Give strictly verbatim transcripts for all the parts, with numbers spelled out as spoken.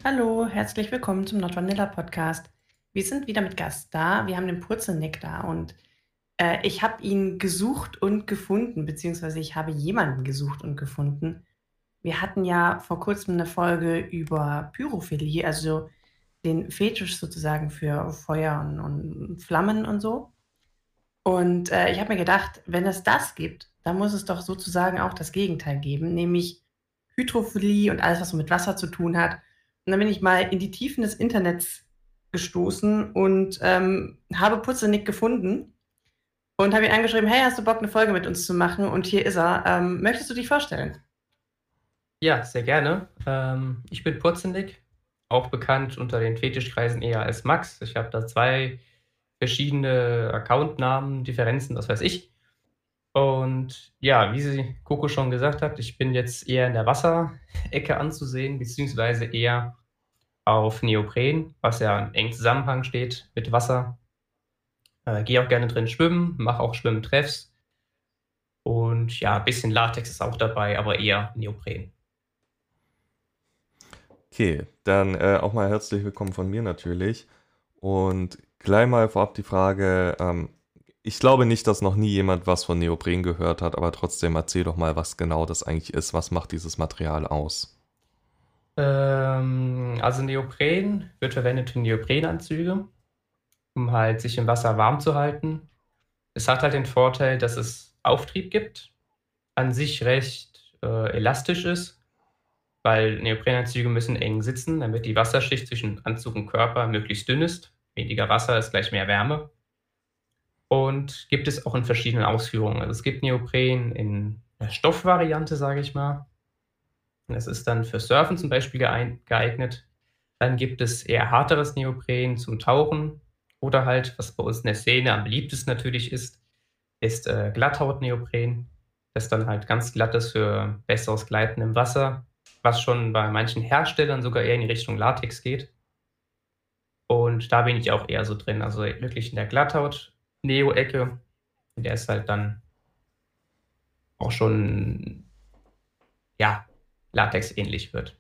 Hallo, herzlich willkommen zum Not Vanilla Podcast. Wir sind wieder mit Gast da. Wir haben den Purzelnick da und äh, ich habe ihn gesucht und gefunden, beziehungsweise ich habe jemanden gesucht und gefunden. Wir hatten ja vor kurzem eine Folge über Pyrophilie, also den Fetisch sozusagen für Feuer und, und Flammen und so. Und äh, ich habe mir gedacht, wenn es das gibt, dann muss es doch sozusagen auch das Gegenteil geben, nämlich Hydrophilie und alles, was so mit Wasser zu tun hat. Und dann bin ich mal in die Tiefen des Internets gestoßen und ähm, habe Putzenick gefunden und habe ihn angeschrieben, hey, hast du Bock, eine Folge mit uns zu machen? Und hier ist er. Ähm, möchtest du dich vorstellen? Ja, sehr gerne. Ähm, ich bin Purzelnick, auch bekannt unter den Fetischkreisen eher als Max. Ich habe da zwei verschiedene Accountnamen, Differenzen, was weiß ich. Und ja, wie sie Coco schon gesagt hat, ich bin jetzt eher in der Wasserecke anzusehen, beziehungsweise eher auf Neopren, was ja im engen Zusammenhang steht mit Wasser. Äh, Gehe auch gerne drin schwimmen, mache auch Schwimmtreffs. Und ja, ein bisschen Latex ist auch dabei, aber eher Neopren. Okay, dann äh, auch mal herzlich willkommen von mir natürlich. Und gleich mal vorab die Frage, ähm, ich glaube nicht, dass noch nie jemand was von Neopren gehört hat, aber trotzdem erzähl doch mal, was genau das eigentlich ist. Was macht dieses Material aus? Ähm, also Neopren wird verwendet für Neoprenanzüge, um halt sich im Wasser warm zu halten. Es hat halt den Vorteil, dass es Auftrieb gibt, an sich recht äh, elastisch ist, weil Neoprenanzüge müssen eng sitzen, damit die Wasserschicht zwischen Anzug und Körper möglichst dünn ist. Weniger Wasser ist gleich mehr Wärme. Und gibt es auch in verschiedenen Ausführungen. Also es gibt Neopren in der Stoffvariante, sage ich mal. Das ist dann für Surfen zum Beispiel geeignet. Dann gibt es eher härteres Neopren zum Tauchen oder halt, was bei uns in der Szene am beliebtesten natürlich ist, ist äh, Glatthaut-Neopren, das dann halt ganz glatt ist für besseres Gleiten im Wasser, was schon bei manchen Herstellern sogar eher in die Richtung Latex geht. Und da bin ich auch eher so drin, also wirklich in der Glatthaut-Neo-Ecke. Der ist halt dann auch schon, ja, Latex-ähnlich wird.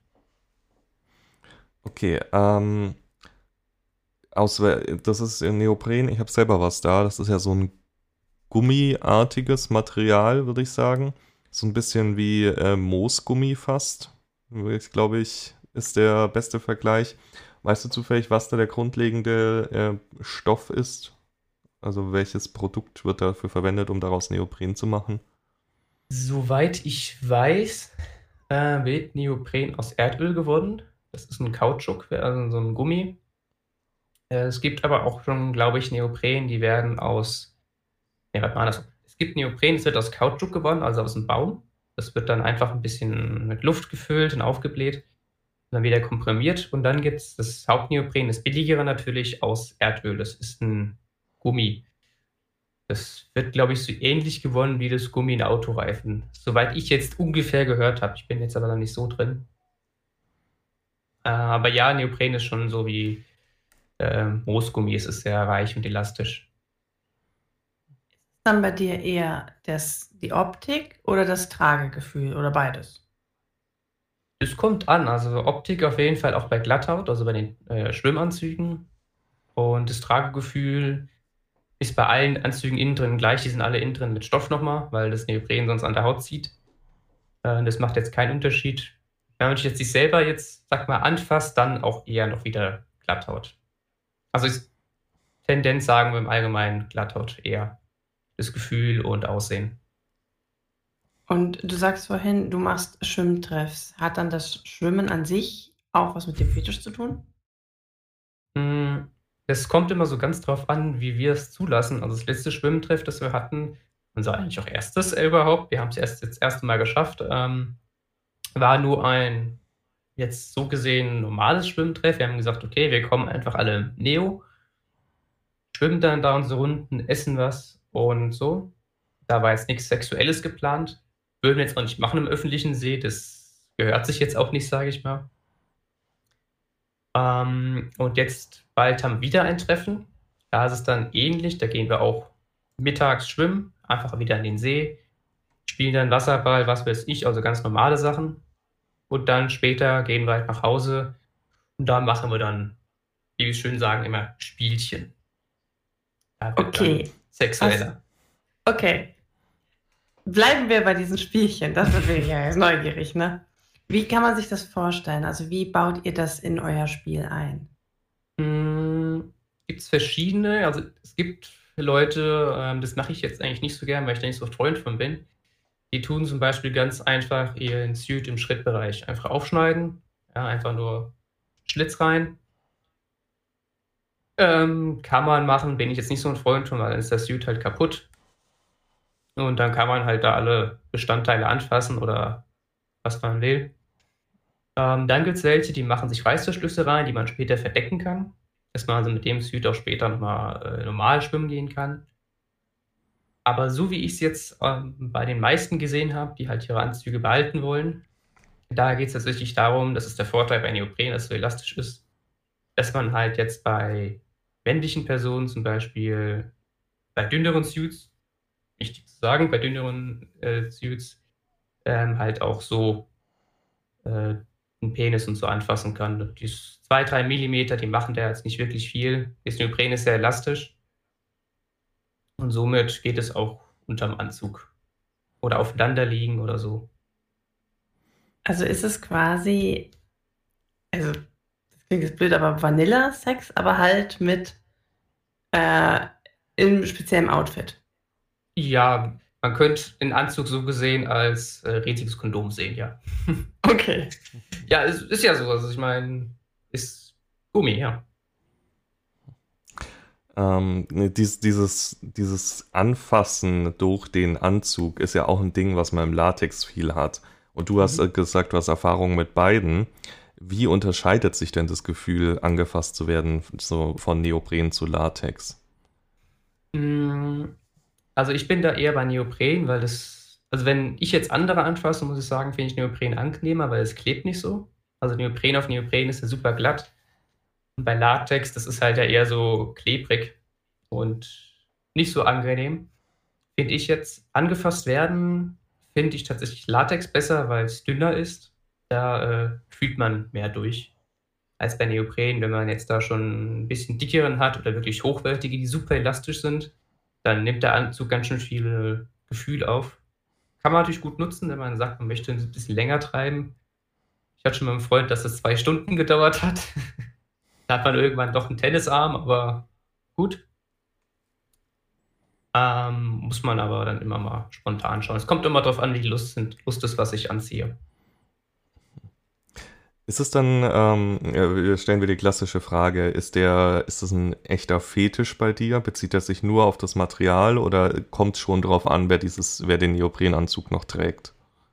Okay, ähm, aus, wel- das ist in Neopren, ich habe selber was da. Das ist ja so ein gummiartiges Material, würde ich sagen. So ein bisschen wie äh, Moosgummi fast. Ich glaube ich, ist der beste Vergleich. Weißt du zufällig, was da der grundlegende äh, Stoff ist? Also welches Produkt wird dafür verwendet, um daraus Neopren zu machen? Soweit ich weiß, äh, wird Neopren aus Erdöl gewonnen. Das ist ein Kautschuk, also so ein Gummi. Äh, es gibt aber auch schon, glaube ich, Neopren, die werden aus, ne, warte mal anders. Es gibt Neopren, das wird aus Kautschuk gewonnen, also aus dem Baum. Das wird dann einfach ein bisschen mit Luft gefüllt und aufgebläht und dann wieder komprimiert. Und dann gibt es das Hauptneopren, das billigere natürlich, aus Erdöl. Das ist ein Gummi. Das wird, glaube ich, so ähnlich gewonnen wie das Gummi in Autoreifen. Soweit ich jetzt ungefähr gehört habe. Ich bin jetzt aber noch nicht so drin. Äh, aber ja, Neopren ist schon so wie äh, Moosgummi. Es ist sehr weich und elastisch. Dann bei dir eher das, die Optik oder das Tragegefühl oder beides? Es kommt an. Also Optik auf jeden Fall auch bei Glatthaut, also bei den äh, Schwimmanzügen. Und das Tragegefühl ist bei allen Anzügen innen drin gleich. Die sind alle innen drin mit Stoff nochmal, weil das Neopren sonst an der Haut zieht. Äh, das macht jetzt keinen Unterschied. Wenn man sich jetzt sich selber jetzt, sag mal, anfasst, dann auch eher noch wieder Glatthaut. Also ist Tendenz, sagen wir im Allgemeinen, Glatthaut eher das Gefühl und Aussehen. Und du sagst vorhin, du machst Schwimmtreffs. Hat dann das Schwimmen an sich auch was mit dem Fetisch zu tun? Mm, Es kommt immer so ganz drauf an, wie wir es zulassen. Also das letzte Schwimmtreff, das wir hatten, unser eigentlich auch erstes äh, überhaupt, wir haben es erst jetzt das erste Mal geschafft, ähm, war nur ein jetzt so gesehen normales Schwimmtreff. Wir haben gesagt, okay, wir kommen einfach alle im Neo, schwimmen dann da unsere Runden, essen was und so. Da war jetzt nichts Sexuelles geplant. Würden wir jetzt auch nicht machen im öffentlichen See. Das gehört sich jetzt auch nicht, sage ich mal. Ähm, und jetzt bald haben wir wieder ein Treffen. Da ist es dann ähnlich. Da gehen wir auch mittags schwimmen, einfach wieder in den See, spielen dann Wasserball, was weiß ich, also ganz normale Sachen. Und dann später gehen wir halt nach Hause Und da machen wir dann, wie wir schön sagen, immer Spielchen. Da wird Okay. dann sexueller. Okay. Bleiben wir bei diesen Spielchen. Das wird wirklich ja jetzt neugierig, ne? Wie kann man sich das vorstellen? Also wie baut ihr das in euer Spiel ein? Hm, gibt es verschiedene. Also es gibt Leute, ähm, das mache ich jetzt eigentlich nicht so gern, weil ich da nicht so Freund von bin. Die tun zum Beispiel ganz einfach ihren Suit im Schrittbereich einfach aufschneiden. Ja, einfach nur Schlitz rein. Ähm, kann man machen, bin ich jetzt nicht so ein Freund von, weil dann ist der Suit halt kaputt. Und dann kann man halt da alle Bestandteile anfassen oder was man will. Ähm, dann gibt es welche, die machen sich Reißverschlüsse rein, die man später verdecken kann. Dass man also mit dem Suit auch später nochmal äh, normal schwimmen gehen kann. Aber so wie ich es jetzt ähm, bei den meisten gesehen habe, die halt ihre Anzüge behalten wollen, da geht es tatsächlich darum, das ist der Vorteil bei Neopren, dass es so elastisch ist, dass man halt jetzt bei männlichen Personen zum Beispiel bei dünneren Suits, wichtig zu sagen, bei dünneren äh, Suits ähm, halt auch so äh, einen Penis und so anfassen kann. Die zwei, drei Millimeter, die machen da jetzt nicht wirklich viel. Das Neopren ist sehr elastisch und somit geht es auch unterm Anzug oder aufeinander liegen oder so. Also ist es quasi, also das klingt jetzt blöd, aber Vanilla-Sex, aber halt mit äh, im speziellen Outfit. Ja, man könnte den Anzug so gesehen als äh, riesiges Kondom sehen, ja. Okay. Ja, es ist ja so. Also ich meine, ist Gummi, ja. Ähm, ne, dies, dieses, dieses Anfassen durch den Anzug ist ja auch ein Ding, was man im Latex viel hat. Und du hast Mhm. äh, gesagt, du hast Erfahrung mit beiden. Wie unterscheidet sich denn das Gefühl, angefasst zu werden, so von Neopren zu Latex? Mm, Also ich bin da eher bei Neopren, weil das, also wenn ich jetzt andere anfasse, muss ich sagen, finde ich Neopren angenehmer, weil es klebt nicht so. Also Neopren auf Neopren ist ja super glatt. Und bei Latex, das ist halt ja eher so klebrig und nicht so angenehm. Finde ich jetzt angefasst werden, finde ich tatsächlich Latex besser, weil es dünner ist. Da äh, fühlt man mehr durch als bei Neopren. Wenn man jetzt da schon ein bisschen dickeren hat oder wirklich hochwertige, die super elastisch sind, dann nimmt der Anzug ganz schön viel Gefühl auf. Kann man natürlich gut nutzen, wenn man sagt, man möchte ein bisschen länger treiben. Ich hatte schon mal einen Freund, dass es zwei Stunden gedauert hat. Da hat man irgendwann doch einen Tennisarm, aber gut. Ähm, muss man aber dann immer mal spontan schauen. Es kommt immer darauf an, wie die Lust, sind, Lust ist, was ich anziehe. Ist es dann, ähm, ja, stellen wir die klassische Frage, ist der, ist das ein echter Fetisch bei dir? Bezieht er sich nur auf das Material oder kommt es schon drauf an, wer dieses, wer den Neoprenanzug noch trägt?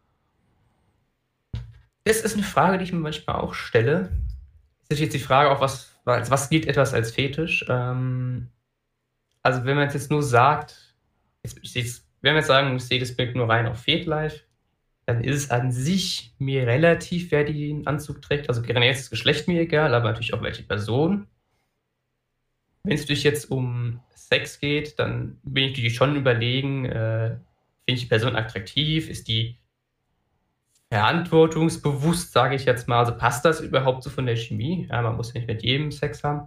Das ist eine Frage, die ich mir manchmal auch stelle. Das ist jetzt die Frage auch, was, was, was gilt etwas als Fetisch? Ähm, also wenn man jetzt nur sagt, jetzt, ich seh's, wenn wir jetzt sagen, ich sehe das Bild nur rein auf Fetlife, dann ist es an sich mir relativ, wer den Anzug trägt. Also generell ist das Geschlecht mir egal, aber natürlich auch welche Person. Wenn es natürlich jetzt um Sex geht, dann bin ich natürlich schon überlegen, äh, finde ich die Person attraktiv? Ist die verantwortungsbewusst, sage ich jetzt mal? Also passt das überhaupt so von der Chemie? Ja, man muss ja nicht mit jedem Sex haben.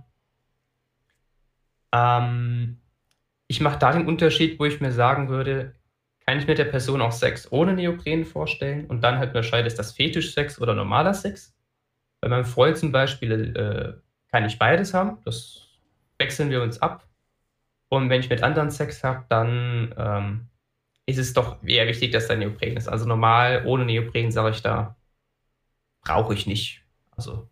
Ähm, ich mache da den Unterschied, wo ich mir sagen würde, kann ich mit der Person auch Sex ohne Neopren vorstellen und dann halt unterscheide, ist das Fetischsex oder normaler Sex? Bei meinem Freund zum Beispiel äh, kann ich beides haben, das wechseln wir uns ab. Und wenn ich mit anderen Sex habe, dann ähm, ist es doch eher wichtig, dass da Neopren ist. Also normal, ohne Neopren sage ich da, brauche ich nicht. Also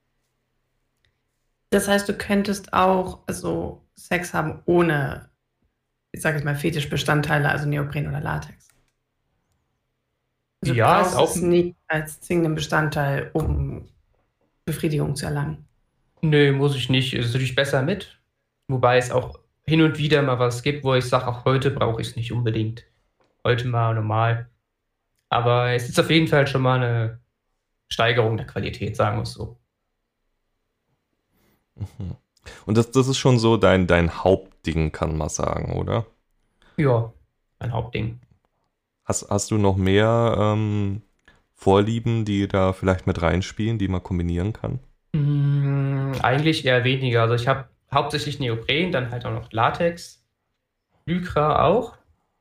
Das heißt, du könntest auch also Sex haben ohne, ich sage jetzt mal, Fetischbestandteile, also Neopren oder Latex. Also du ja, ist brauchst auch, es nicht als zwingenden Bestandteil, um Befriedigung zu erlangen. nö, muss ich nicht. Ist natürlich besser mit. Wobei es auch hin und wieder mal was gibt, wo ich sage, auch heute brauche ich es nicht unbedingt. Heute mal normal. Aber es ist auf jeden Fall schon mal eine Steigerung der Qualität, sagen wir es so. Mhm. Und das, das ist schon so dein, dein Hauptding, kann man sagen, oder? Ja, ein Hauptding. Hast, hast du noch mehr ähm, Vorlieben, die da vielleicht mit reinspielen, die man kombinieren kann? Mm, eigentlich eher weniger. Also ich habe hauptsächlich Neopren, dann halt auch noch Latex, Lycra auch.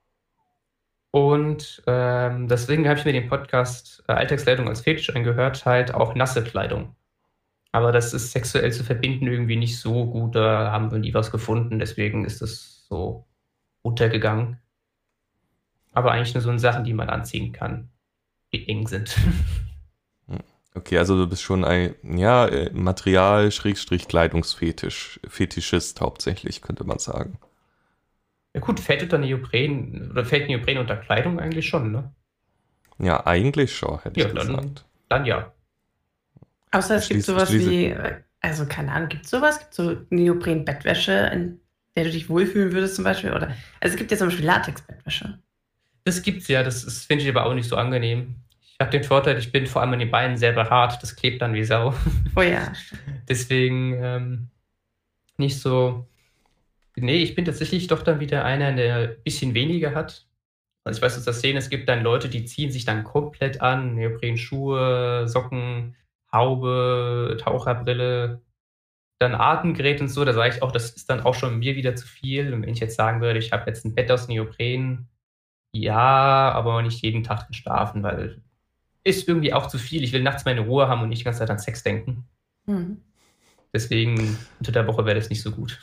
Und ähm, deswegen habe ich mir den Podcast äh, Alltagskleidung als Fetisch angehört, halt auch nasse Kleidung. Aber das ist sexuell zu verbinden irgendwie nicht so gut, da haben wir nie was gefunden, deswegen ist das so untergegangen. Aber eigentlich nur so Sachen, die man anziehen kann, die eng sind. Okay, also du bist schon ein, ja, äh, Material-Kleidungsfetisch, Fetischist hauptsächlich, könnte man sagen. Ja gut, fällt unter Neopren, oder fällt Neopren unter Kleidung eigentlich schon, ne? Ja, eigentlich schon, hätte Ja, ich dann, gesagt. dann ja. Außer es gibt Schließe- sowas schließe- wie, äh, also keine Ahnung, gibt es sowas? Gibt es so Neopren-Bettwäsche, in der du dich wohlfühlen würdest zum Beispiel? Oder, also es gibt ja zum Beispiel Latex-Bettwäsche. Das gibt's ja, das, das finde ich aber auch nicht so angenehm. Ich habe den Vorteil, ich bin vor allem an den Beinen sehr behaart, das klebt dann wie Sau. Oh ja. Deswegen ähm, nicht so. Nee, ich bin tatsächlich doch dann wieder einer, der ein bisschen weniger hat. Also ich weiß aus der Szene, es gibt dann Leute, die ziehen sich dann komplett an, Neoprenschuhe, Socken, Haube, Taucherbrille, dann Atemgerät und so. Da sage ich auch, das ist dann auch schon mir wieder zu viel. Und wenn ich jetzt sagen würde, ich habe jetzt ein Bett aus Neopren, ja, aber nicht jeden Tag drin schlafen, weil ist irgendwie auch zu viel. Ich will nachts meine Ruhe haben und nicht die ganze Zeit an Sex denken. Hm. Deswegen unter der Woche wäre das nicht so gut.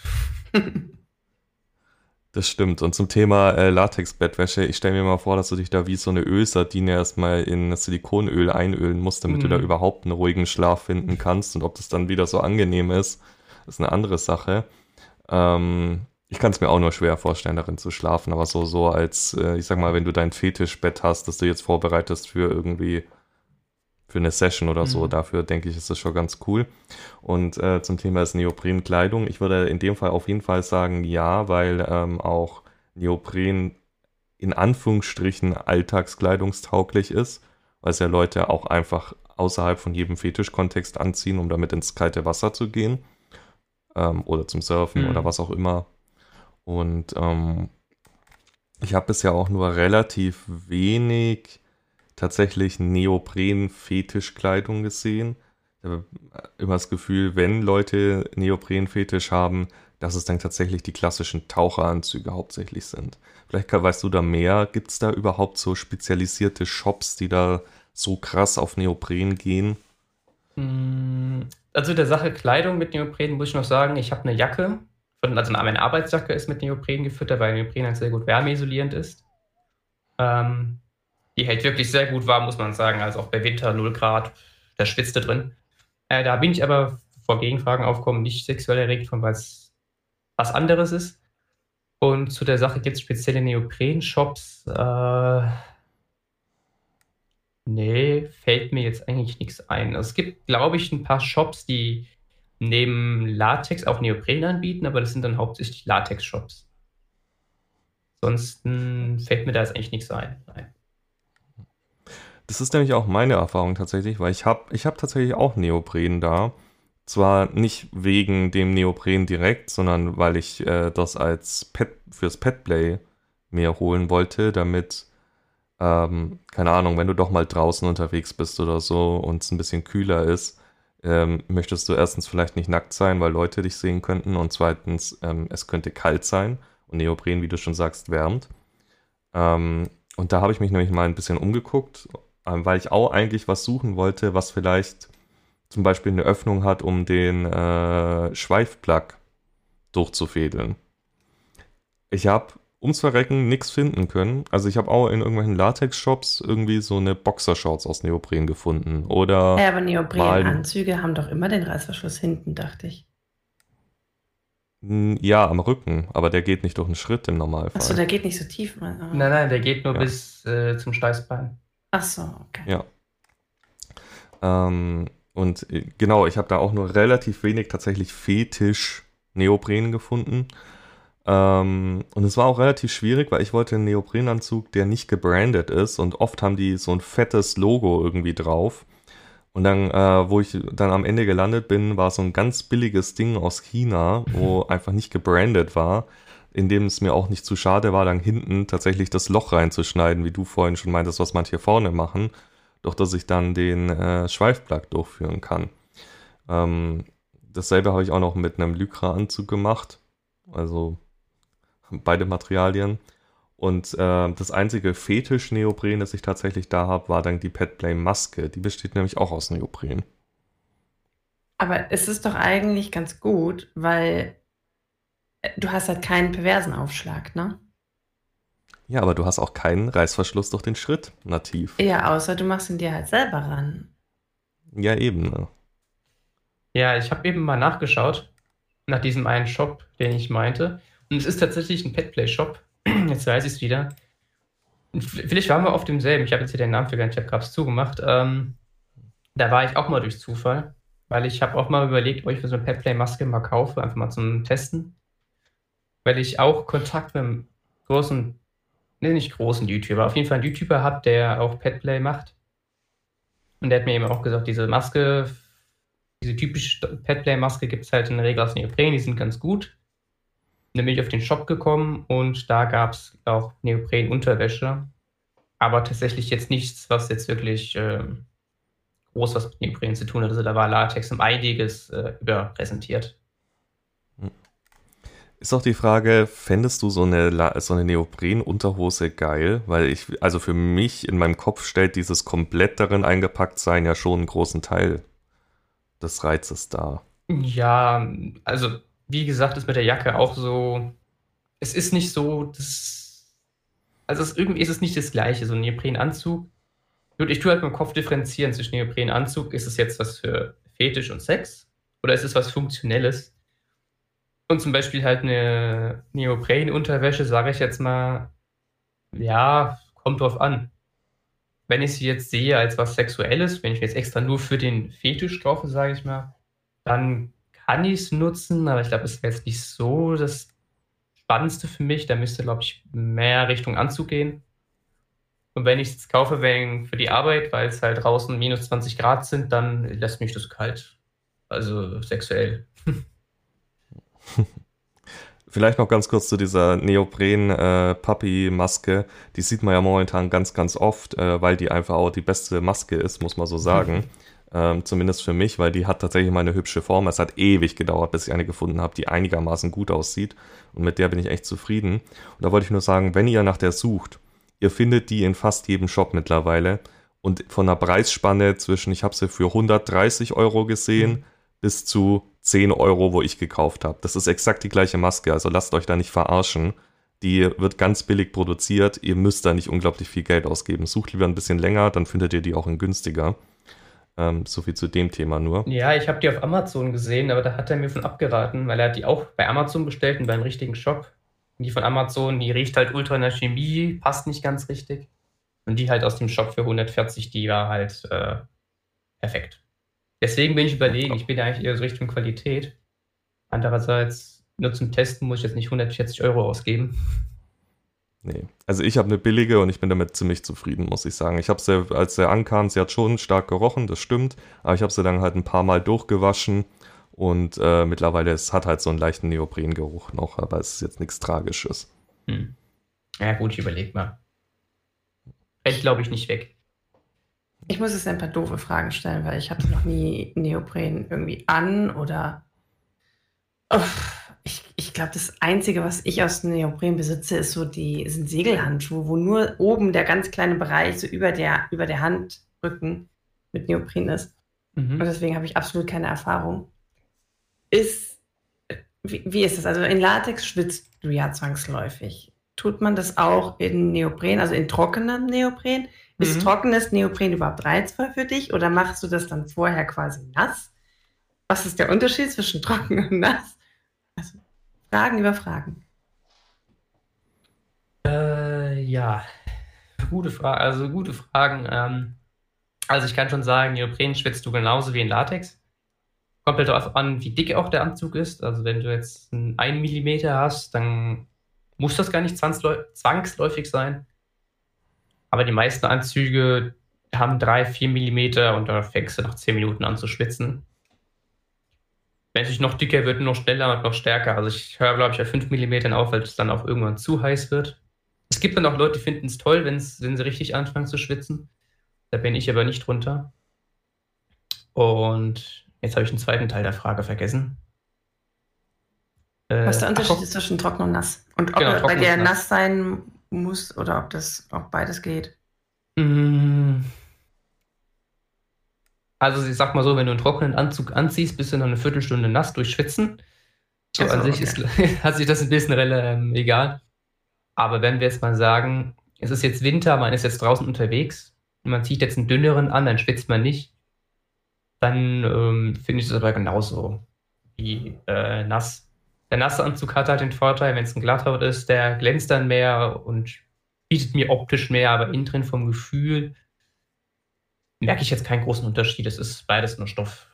Das stimmt. Und zum Thema äh, Latex-Bettwäsche, ich stelle mir mal vor, dass du dich da wie so eine Ölsardine erstmal in Silikonöl einölen musst, damit du da Mhm. überhaupt einen ruhigen Schlaf finden kannst. Und ob das dann wieder so angenehm ist, ist eine andere Sache. Ähm, ich kann es mir auch nur schwer vorstellen, darin zu schlafen, aber so, so als, äh, ich sag mal, wenn du dein Fetischbett hast, das du jetzt vorbereitest für irgendwie für eine Session oder so, Mhm. dafür denke ich, ist das schon ganz cool. Und äh, zum Thema ist Neoprenkleidung, ich würde in dem Fall auf jeden Fall sagen, ja, weil ähm, auch Neopren in Anführungsstrichen alltagskleidungstauglich ist, weil es ja Leute auch einfach außerhalb von jedem Fetischkontext anziehen, um damit ins kalte Wasser zu gehen ähm, oder zum Surfen Mhm. oder was auch immer. Und ähm, ich habe bisher auch nur relativ wenig tatsächlich Neopren-Fetischkleidung gesehen. Ich habe immer das Gefühl, wenn Leute Neopren-Fetisch haben, dass es dann tatsächlich die klassischen Taucheranzüge hauptsächlich sind. Vielleicht kann- weißt du da mehr. Gibt es da überhaupt so spezialisierte Shops, die da so krass auf Neopren gehen? Mm, Also der Sache Kleidung mit Neopren muss ich noch sagen, ich habe eine Jacke, von, also meine Arbeitsjacke ist mit Neopren gefüttert, weil Neopren halt sehr gut wärmeisolierend ist. Ähm, die hält wirklich sehr gut warm, muss man sagen, also auch bei Winter null Grad, da schwitzt du drin. Äh, da bin ich aber, bevor Gegenfragen aufkommen, nicht sexuell erregt von, weil es was anderes ist. Und zu der Sache gibt es spezielle Neopren-Shops. Äh, nee, fällt mir jetzt eigentlich nichts ein. Also es gibt, glaube ich, ein paar Shops, die neben Latex auch Neopren anbieten, aber das sind dann hauptsächlich Latex-Shops. Ansonsten fällt mir da jetzt eigentlich nichts ein. Nein. Das ist nämlich auch meine Erfahrung tatsächlich, weil ich habe ich hab tatsächlich auch Neopren da. Zwar nicht wegen dem Neopren direkt, sondern weil ich äh, das als Pet fürs Petplay mir holen wollte, damit, ähm, keine Ahnung, wenn du doch mal draußen unterwegs bist oder so und es ein bisschen kühler ist, ähm, möchtest du erstens vielleicht nicht nackt sein, weil Leute dich sehen könnten, und zweitens, ähm, es könnte kalt sein und Neopren, wie du schon sagst, wärmt. Ähm, und da habe ich mich nämlich mal ein bisschen umgeguckt, ähm, weil ich auch eigentlich was suchen wollte, was vielleicht zum Beispiel eine Öffnung hat, um den äh, Schweifplug durchzufädeln. Ich habe ums Verrecken nichts finden können. Also ich habe auch in irgendwelchen Latex-Shops irgendwie so eine Boxershorts aus Neopren gefunden. Oder Ja, aber mal- Neoprenanzüge haben doch immer den Reißverschluss hinten, dachte ich. N- ja, am Rücken, aber der geht nicht durch einen Schritt im Normalfall. Achso, der geht nicht so tief. Mann. Ah. Nein, nein, der geht nur Ja. bis äh, zum Steißbein. Achso, okay. Ja. Ähm, und äh, genau, ich habe da auch nur relativ wenig tatsächlich Fetisch-Neopren gefunden. Ähm, und es war auch relativ schwierig, weil ich wollte einen Neoprenanzug, der nicht gebrandet ist, und oft haben die so ein fettes Logo irgendwie drauf. Und dann, äh, wo ich dann am Ende gelandet bin, war so ein ganz billiges Ding aus China, wo einfach nicht gebrandet war, in dem es mir auch nicht zu schade war, dann hinten tatsächlich das Loch reinzuschneiden, wie du vorhin schon meintest, was manche vorne machen, durch das ich dann den äh, Schweifplug durchführen kann. Ähm, dasselbe habe ich auch noch mit einem Lycra-Anzug gemacht. Also beide Materialien. Und äh, das einzige Fetisch-Neopren, das ich tatsächlich da habe, war dann die Petplay-Maske. Die besteht nämlich auch aus Neopren. Aber es ist doch eigentlich ganz gut, weil äh, du hast halt keinen perversen Aufschlag, ne? Ja, aber du hast auch keinen Reißverschluss durch den Schritt nativ. Ja, außer du machst ihn dir halt selber ran. Ja, eben. Ne? Ja, ich habe eben mal nachgeschaut nach diesem einen Shop, den ich meinte. Und es ist tatsächlich ein Petplay-Shop. Jetzt weiß ich es wieder. Und v- Vielleicht waren wir auf demselben. Ich habe jetzt hier den Namen vergessen, ich habe gerade zugemacht. Ähm, da war ich auch mal durch Zufall, weil ich habe auch mal überlegt, ob ich für so eine Petplay-Maske mal kaufe, einfach mal zum Testen. Weil ich auch Kontakt mit einem großen, nee, nicht großen YouTuber, auf jeden Fall einen YouTuber habe, der auch Petplay macht. Und der hat mir eben auch gesagt, diese Maske, diese typische Petplay-Maske gibt es halt in der Regel aus Neopren, die sind ganz gut. Dann bin ich auf den Shop gekommen und da gab es auch Neopren-Unterwäsche, aber tatsächlich jetzt nichts, was jetzt wirklich ähm, groß was mit Neopren zu tun hat. Also da war Latex um einiges äh, überrepräsentiert. Ist auch die Frage, fändest du so eine, La- so eine Neopren-Unterhose geil? Weil ich, also für mich in meinem Kopf stellt dieses komplett darin eingepackt sein ja schon einen großen Teil des Reizes dar. Ja, also wie gesagt, ist mit der Jacke auch so, es ist nicht so, das, also es, irgendwie ist es nicht das Gleiche, so ein Neoprenanzug. Gut, ich tue halt mit dem Kopf differenzieren zwischen Neoprenanzug, ist es jetzt was für Fetisch und Sex oder ist es was Funktionelles? Und zum Beispiel halt eine Neoprenunterwäsche, sage ich jetzt mal, ja, kommt drauf an. Wenn ich sie jetzt sehe als was Sexuelles, wenn ich mir jetzt extra nur für den Fetisch kaufe, sage ich mal, dann kann ich es nutzen, aber ich glaube, es wäre jetzt nicht so das Spannendste für mich. Da müsste, glaube ich, mehr Richtung Anzug gehen. Und wenn ich es kaufe wegen für die Arbeit, weil es halt draußen minus zwanzig Grad sind, dann lässt mich das kalt. Also sexuell. Vielleicht noch ganz kurz zu dieser Neopren-Puppy-Maske. Die sieht man ja momentan ganz, ganz oft, äh, weil die einfach auch die beste Maske ist, muss man so sagen. Ähm, zumindest für mich, weil die hat tatsächlich mal eine hübsche Form. Es hat ewig gedauert, bis ich eine gefunden habe, die einigermaßen gut aussieht. Und mit der bin ich echt zufrieden. Und da wollte ich nur sagen, wenn ihr nach der sucht, ihr findet die in fast jedem Shop mittlerweile. Und von einer Preisspanne zwischen, ich habe sie für hundertdreißig Euro gesehen, bis zu zehn Euro, wo ich gekauft habe. Das ist exakt die gleiche Maske, also lasst euch da nicht verarschen. Die wird ganz billig produziert, ihr müsst da nicht unglaublich viel Geld ausgeben. Sucht lieber ein bisschen länger, dann findet ihr die auch in günstiger. Ähm, so viel zu dem Thema nur. Ja, ich habe die auf Amazon gesehen, aber da hat er mir von abgeraten, weil er hat die auch bei Amazon bestellt und beim richtigen Shop. Und die von Amazon, die riecht halt ultra nach Chemie, passt nicht ganz richtig. Und die halt aus dem Shop für hundertvierzig, die war halt äh, perfekt. Deswegen bin ich überlegen, ich bin ja eigentlich eher so Richtung Qualität. Andererseits, nur zum Testen muss ich jetzt nicht hundertvierzig Euro ausgeben. Nee. Also ich habe eine billige und ich bin damit ziemlich zufrieden, muss ich sagen. Ich habe sie, als sie ankam, sie hat schon stark gerochen, das stimmt. Aber ich habe sie dann halt ein paar Mal durchgewaschen und äh, mittlerweile, es hat halt so einen leichten Neoprengeruch noch, aber es ist jetzt nichts Tragisches. Hm. Ja gut, ich überleg mal. Fällt, glaube ich, nicht weg. Ich muss jetzt ein paar doofe Fragen stellen, weil ich hatte noch nie Neopren irgendwie an oder. Uff, ich ich glaube, das Einzige, was ich aus Neopren besitze, ist so die, sind Segelhandschuhe, wo nur oben der ganz kleine Bereich so über der, über der Handrücken mit Neopren ist. Und Mhm. deswegen habe ich absolut keine Erfahrung. Ist, wie, wie ist das? Also in Latex schwitzt du ja zwangsläufig. Tut man das auch in Neopren, also in trockenem Neopren? Ist Mhm. trockenes Neopren überhaupt reizvoll für dich oder machst du das dann vorher quasi nass? Was ist der Unterschied zwischen trocken und nass? Also Fragen über Fragen. Äh, ja, gute Frage. Also gute Fragen. Ähm, also ich kann schon sagen, Neopren schwitzt du genauso wie in Latex. Kommt halt darauf an, wie dick auch der Anzug ist. Also wenn du jetzt einen 1 Millimeter hast, dann muss das gar nicht zwangsläu- zwangsläufig sein. Aber die meisten Anzüge haben drei, vier Millimeter und da fängst du nach zehn Minuten an zu schwitzen. Wenn es noch dicker wird, noch schneller und noch stärker. Also ich höre, glaube ich, bei fünf Millimetern auf, weil es dann auch irgendwann zu heiß wird. Es gibt dann auch Leute, die finden es toll, wenn's, wenn sie richtig anfangen zu schwitzen. Da bin ich aber nicht drunter. Und Jetzt habe ich den zweiten Teil der Frage vergessen. Was der Äh, Unterschied ach, ist zwischen trocken und nass. Und ob genau, er bei trocken dir und nass. nass sein muss oder ob das auch beides geht. Mm. Also ich sag mal so, wenn du einen trockenen Anzug anziehst, bist du noch eine Viertelstunde nass durch Schwitzen. So Also, an sich okay. ist, hat sich das ein bisschen ähm, egal. Aber wenn wir jetzt mal sagen, es ist jetzt Winter, man ist jetzt draußen unterwegs und man zieht jetzt einen dünneren an, dann schwitzt man nicht, dann ähm, finde ich es aber genauso wie äh, nass. Der nasse Anzug hat halt den Vorteil, wenn es ein Glatthaut ist, der glänzt dann mehr und bietet mir optisch mehr, aber innen drin vom Gefühl merke ich jetzt keinen großen Unterschied. Es ist beides nur Stoff.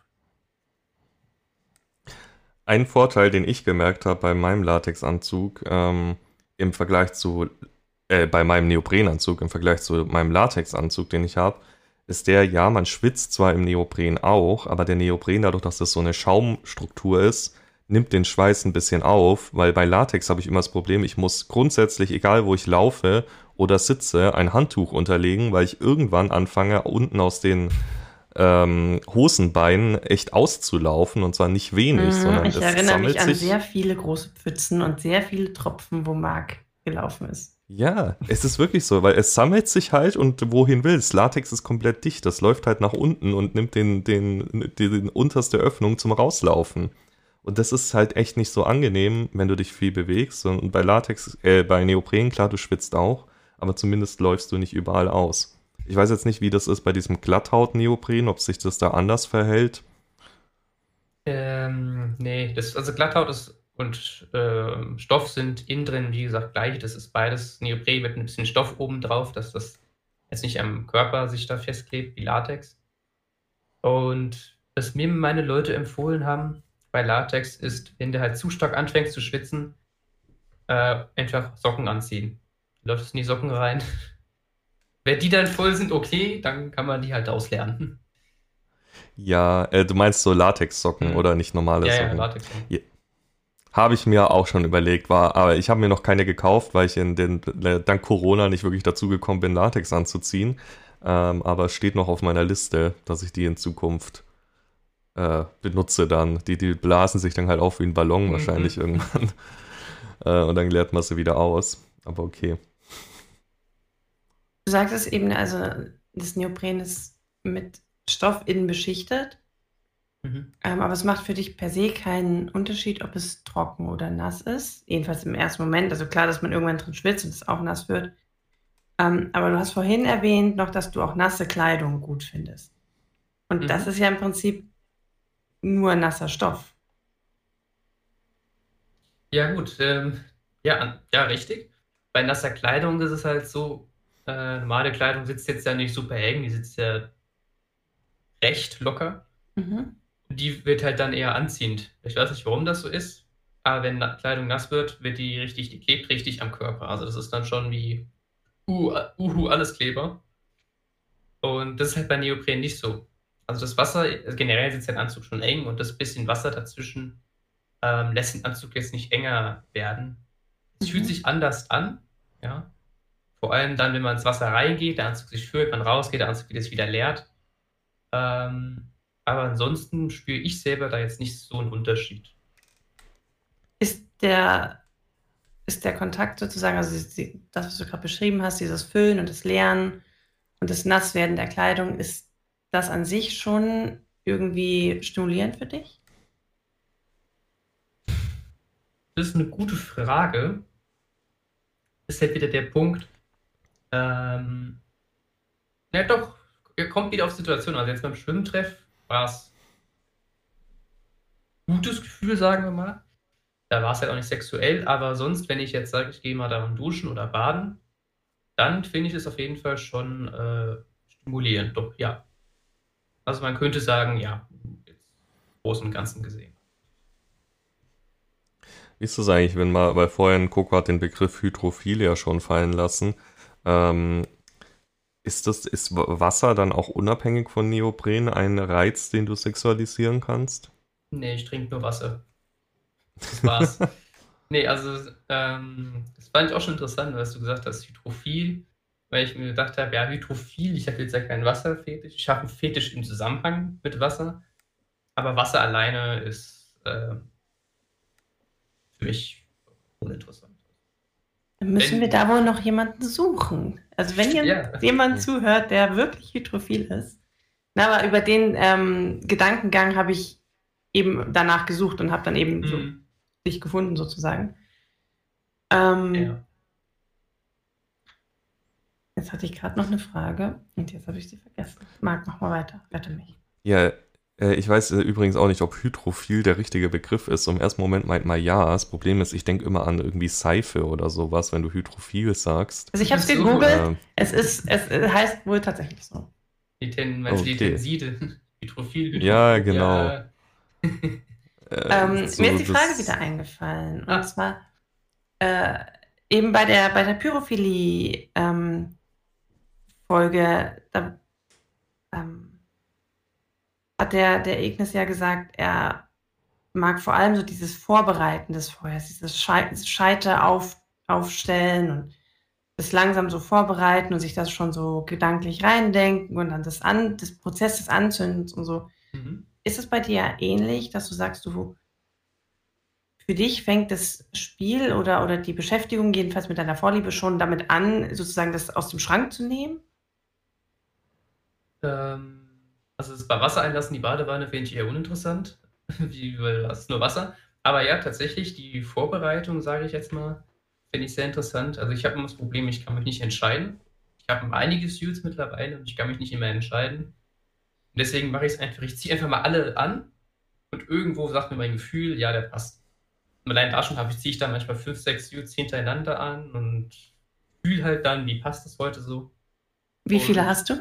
Ein Vorteil, den ich gemerkt habe bei meinem Latexanzug ähm, im Vergleich zu, äh, bei meinem Neoprenanzug im Vergleich zu meinem Latexanzug, den ich habe, ist der, ja, man schwitzt zwar im Neopren auch, aber der Neopren, dadurch, dass das so eine Schaumstruktur ist, nimmt den Schweiß ein bisschen auf, weil bei Latex habe ich immer das Problem, ich muss grundsätzlich, egal wo ich laufe oder sitze, ein Handtuch unterlegen, weil ich irgendwann anfange, unten aus den ähm, Hosenbeinen echt auszulaufen, und zwar nicht wenig, Mhm, sondern ich es erinnere mich sammelt an sich. sehr viele große Pfützen und sehr viele Tropfen, wo Marc gelaufen ist. Ja, es ist wirklich so, weil es sammelt sich halt und wohin will es? Latex ist komplett dicht, das läuft halt nach unten und nimmt den, den, die, den unterste Öffnung zum Rauslaufen. Und das ist halt echt nicht so angenehm, wenn du dich viel bewegst. Und bei Latex, äh, bei Neopren, klar, du schwitzt auch, aber zumindest läufst du nicht überall aus. Ich weiß jetzt nicht, wie das ist bei diesem Glatthaut-Neopren, ob sich das da anders verhält. Ähm, nee, das, also Glatthaut ist und ähm, Stoff sind innen drin, wie gesagt, gleich. Das ist beides Neopren mit ein bisschen Stoff oben drauf, dass das jetzt nicht am Körper sich da festklebt wie Latex. Und was mir meine Leute empfohlen haben bei Latex ist, wenn du halt zu stark anfängst zu schwitzen, äh, einfach Socken anziehen. Läufst in die Socken rein. Wenn die dann voll sind, okay, dann kann man die halt ausleeren. Ja, äh, du meinst so Latex-Socken Hm. oder nicht normale Ja, ja, Socken? Latex. Ja. Habe ich mir auch schon überlegt, war, aber ich habe mir noch keine gekauft, weil ich in den, dank Corona nicht wirklich dazu gekommen bin, Latex anzuziehen. Ähm, aber es steht noch auf meiner Liste, dass ich die in Zukunft äh, benutze dann. Die, die blasen sich dann halt auf wie ein Ballon Mhm. wahrscheinlich irgendwann. äh, und dann leert man sie wieder aus. Aber okay. Du sagtest eben, also das Neopren ist mit Stoff innen beschichtet, Mhm. ähm, aber es macht für dich per se keinen Unterschied, ob es trocken oder nass ist. Jedenfalls im ersten Moment. Also klar, dass man irgendwann drin schwitzt und es auch nass wird. Ähm, aber du hast vorhin erwähnt noch, dass du auch nasse Kleidung gut findest. Und Mhm. das ist ja im Prinzip nur nasser Stoff. Ja, gut. Ähm, ja, an- ja, richtig. Bei nasser Kleidung ist es halt so, äh, normale Kleidung sitzt jetzt ja nicht super eng, die sitzt ja recht locker. Mhm. Die wird halt dann eher anziehend. Ich weiß nicht, warum das so ist, aber wenn Na- Kleidung nass wird, wird die richtig, die klebt richtig am Körper. Also das ist dann schon wie uh, uhu, Alleskleber. Und das ist halt bei Neopren nicht so. Also das Wasser, also generell sitzt der Anzug schon eng und das bisschen Wasser dazwischen ähm, lässt den Anzug jetzt nicht enger werden. Es fühlt Mhm. sich anders an, ja. Vor allem dann, wenn man ins Wasser reingeht, der Anzug sich füllt, man rausgeht, der Anzug wird jetzt wieder leert. Ähm, aber ansonsten spüre ich selber da jetzt nicht so einen Unterschied. Ist der, ist der Kontakt sozusagen, also die, das, was du gerade beschrieben hast, dieses Füllen und das Leeren und das Nasswerden der Kleidung, ist das an sich schon irgendwie stimulierend für dich? Das ist eine gute Frage. Ist halt wieder der Punkt. Ähm, ja, doch, ihr kommt wieder auf Situation. Also jetzt beim Schwimmtreff war es ein gutes Gefühl, sagen wir mal. Da war es halt auch nicht sexuell, aber sonst, wenn ich jetzt sage, ich gehe mal darin duschen oder baden, dann finde ich es auf jeden Fall schon äh, stimulierend. Doch, ja. Also man könnte sagen, ja, jetzt im Großen und Ganzen gesehen. Wie ist das eigentlich, wenn man, weil vorhin Coco hat den Begriff Hydrophilia schon fallen lassen, ähm, ist das, ist Wasser dann auch unabhängig von Neopren ein Reiz, den du sexualisieren kannst? Nee, ich trinke nur Wasser. Das war's. Nee, also ähm, das fand ich auch schon interessant, was du gesagt hast, Hydrophil, weil ich mir gedacht habe, ja, Hydrophil, ich habe jetzt ja keinen Wasserfetisch, ich habe einen Fetisch im Zusammenhang mit Wasser. Aber Wasser alleine ist äh, für mich uninteressant. Dann müssen Wenn- wir da wohl noch jemanden suchen. Also wenn jetzt Ja. jemand zuhört, der wirklich hydrophil ist. Na, aber über den ähm, Gedankengang habe ich eben danach gesucht und habe dann eben so Mhm. dich gefunden sozusagen. Ähm, Ja. Jetzt hatte ich gerade noch eine Frage und jetzt habe ich sie vergessen. Marc, mach mal weiter. Rette mich. Ja, äh, ich weiß äh, übrigens auch nicht, ob hydrophil der richtige Begriff ist. Im ersten Moment meint man ja. Das Problem ist, ich denke immer an irgendwie Seife oder sowas, wenn du hydrophil sagst. Also ich habe es Ach so, gegoogelt. Ähm, Es ist, es heißt wohl tatsächlich so. Die Ten, meinst du die Okay. Tenside? Hydrophil, Hydrophil. Ja, genau. Ja. äh, Ähm, so mir ist die Frage das- wieder eingefallen. Und Ah. zwar äh, eben bei der, bei der Pyrophilie ähm, Folge, da ähm, hat der, der Ignis ja gesagt, er mag vor allem so dieses Vorbereiten des Feuers, dieses Schei Scheite auf, aufstellen und das langsam so vorbereiten und sich das schon so gedanklich reindenken und dann das, An das Prozess des Anzündens und so. Mhm. Ist es bei dir ähnlich, dass du sagst, du für dich fängt das Spiel oder, oder die Beschäftigung jedenfalls mit deiner Vorliebe schon damit an, sozusagen das aus dem Schrank zu nehmen? Ähm, also das bei Wasser einlassen, die Badewanne finde ich eher uninteressant, wie, weil das ist nur Wasser. Aber ja, tatsächlich, die Vorbereitung, sage ich jetzt mal, finde ich sehr interessant. Also ich habe immer das Problem, ich kann mich nicht entscheiden. Ich habe einige Suits mittlerweile und ich kann mich nicht immer entscheiden. Und deswegen mache ich es einfach, ich ziehe einfach mal alle an und irgendwo sagt mir mein Gefühl, ja, der passt. Und allein da schon habe ich, ziehe ich dann manchmal fünf, sechs Suits hintereinander an und fühle halt dann, wie passt das heute so. Wie viele Und- hast du?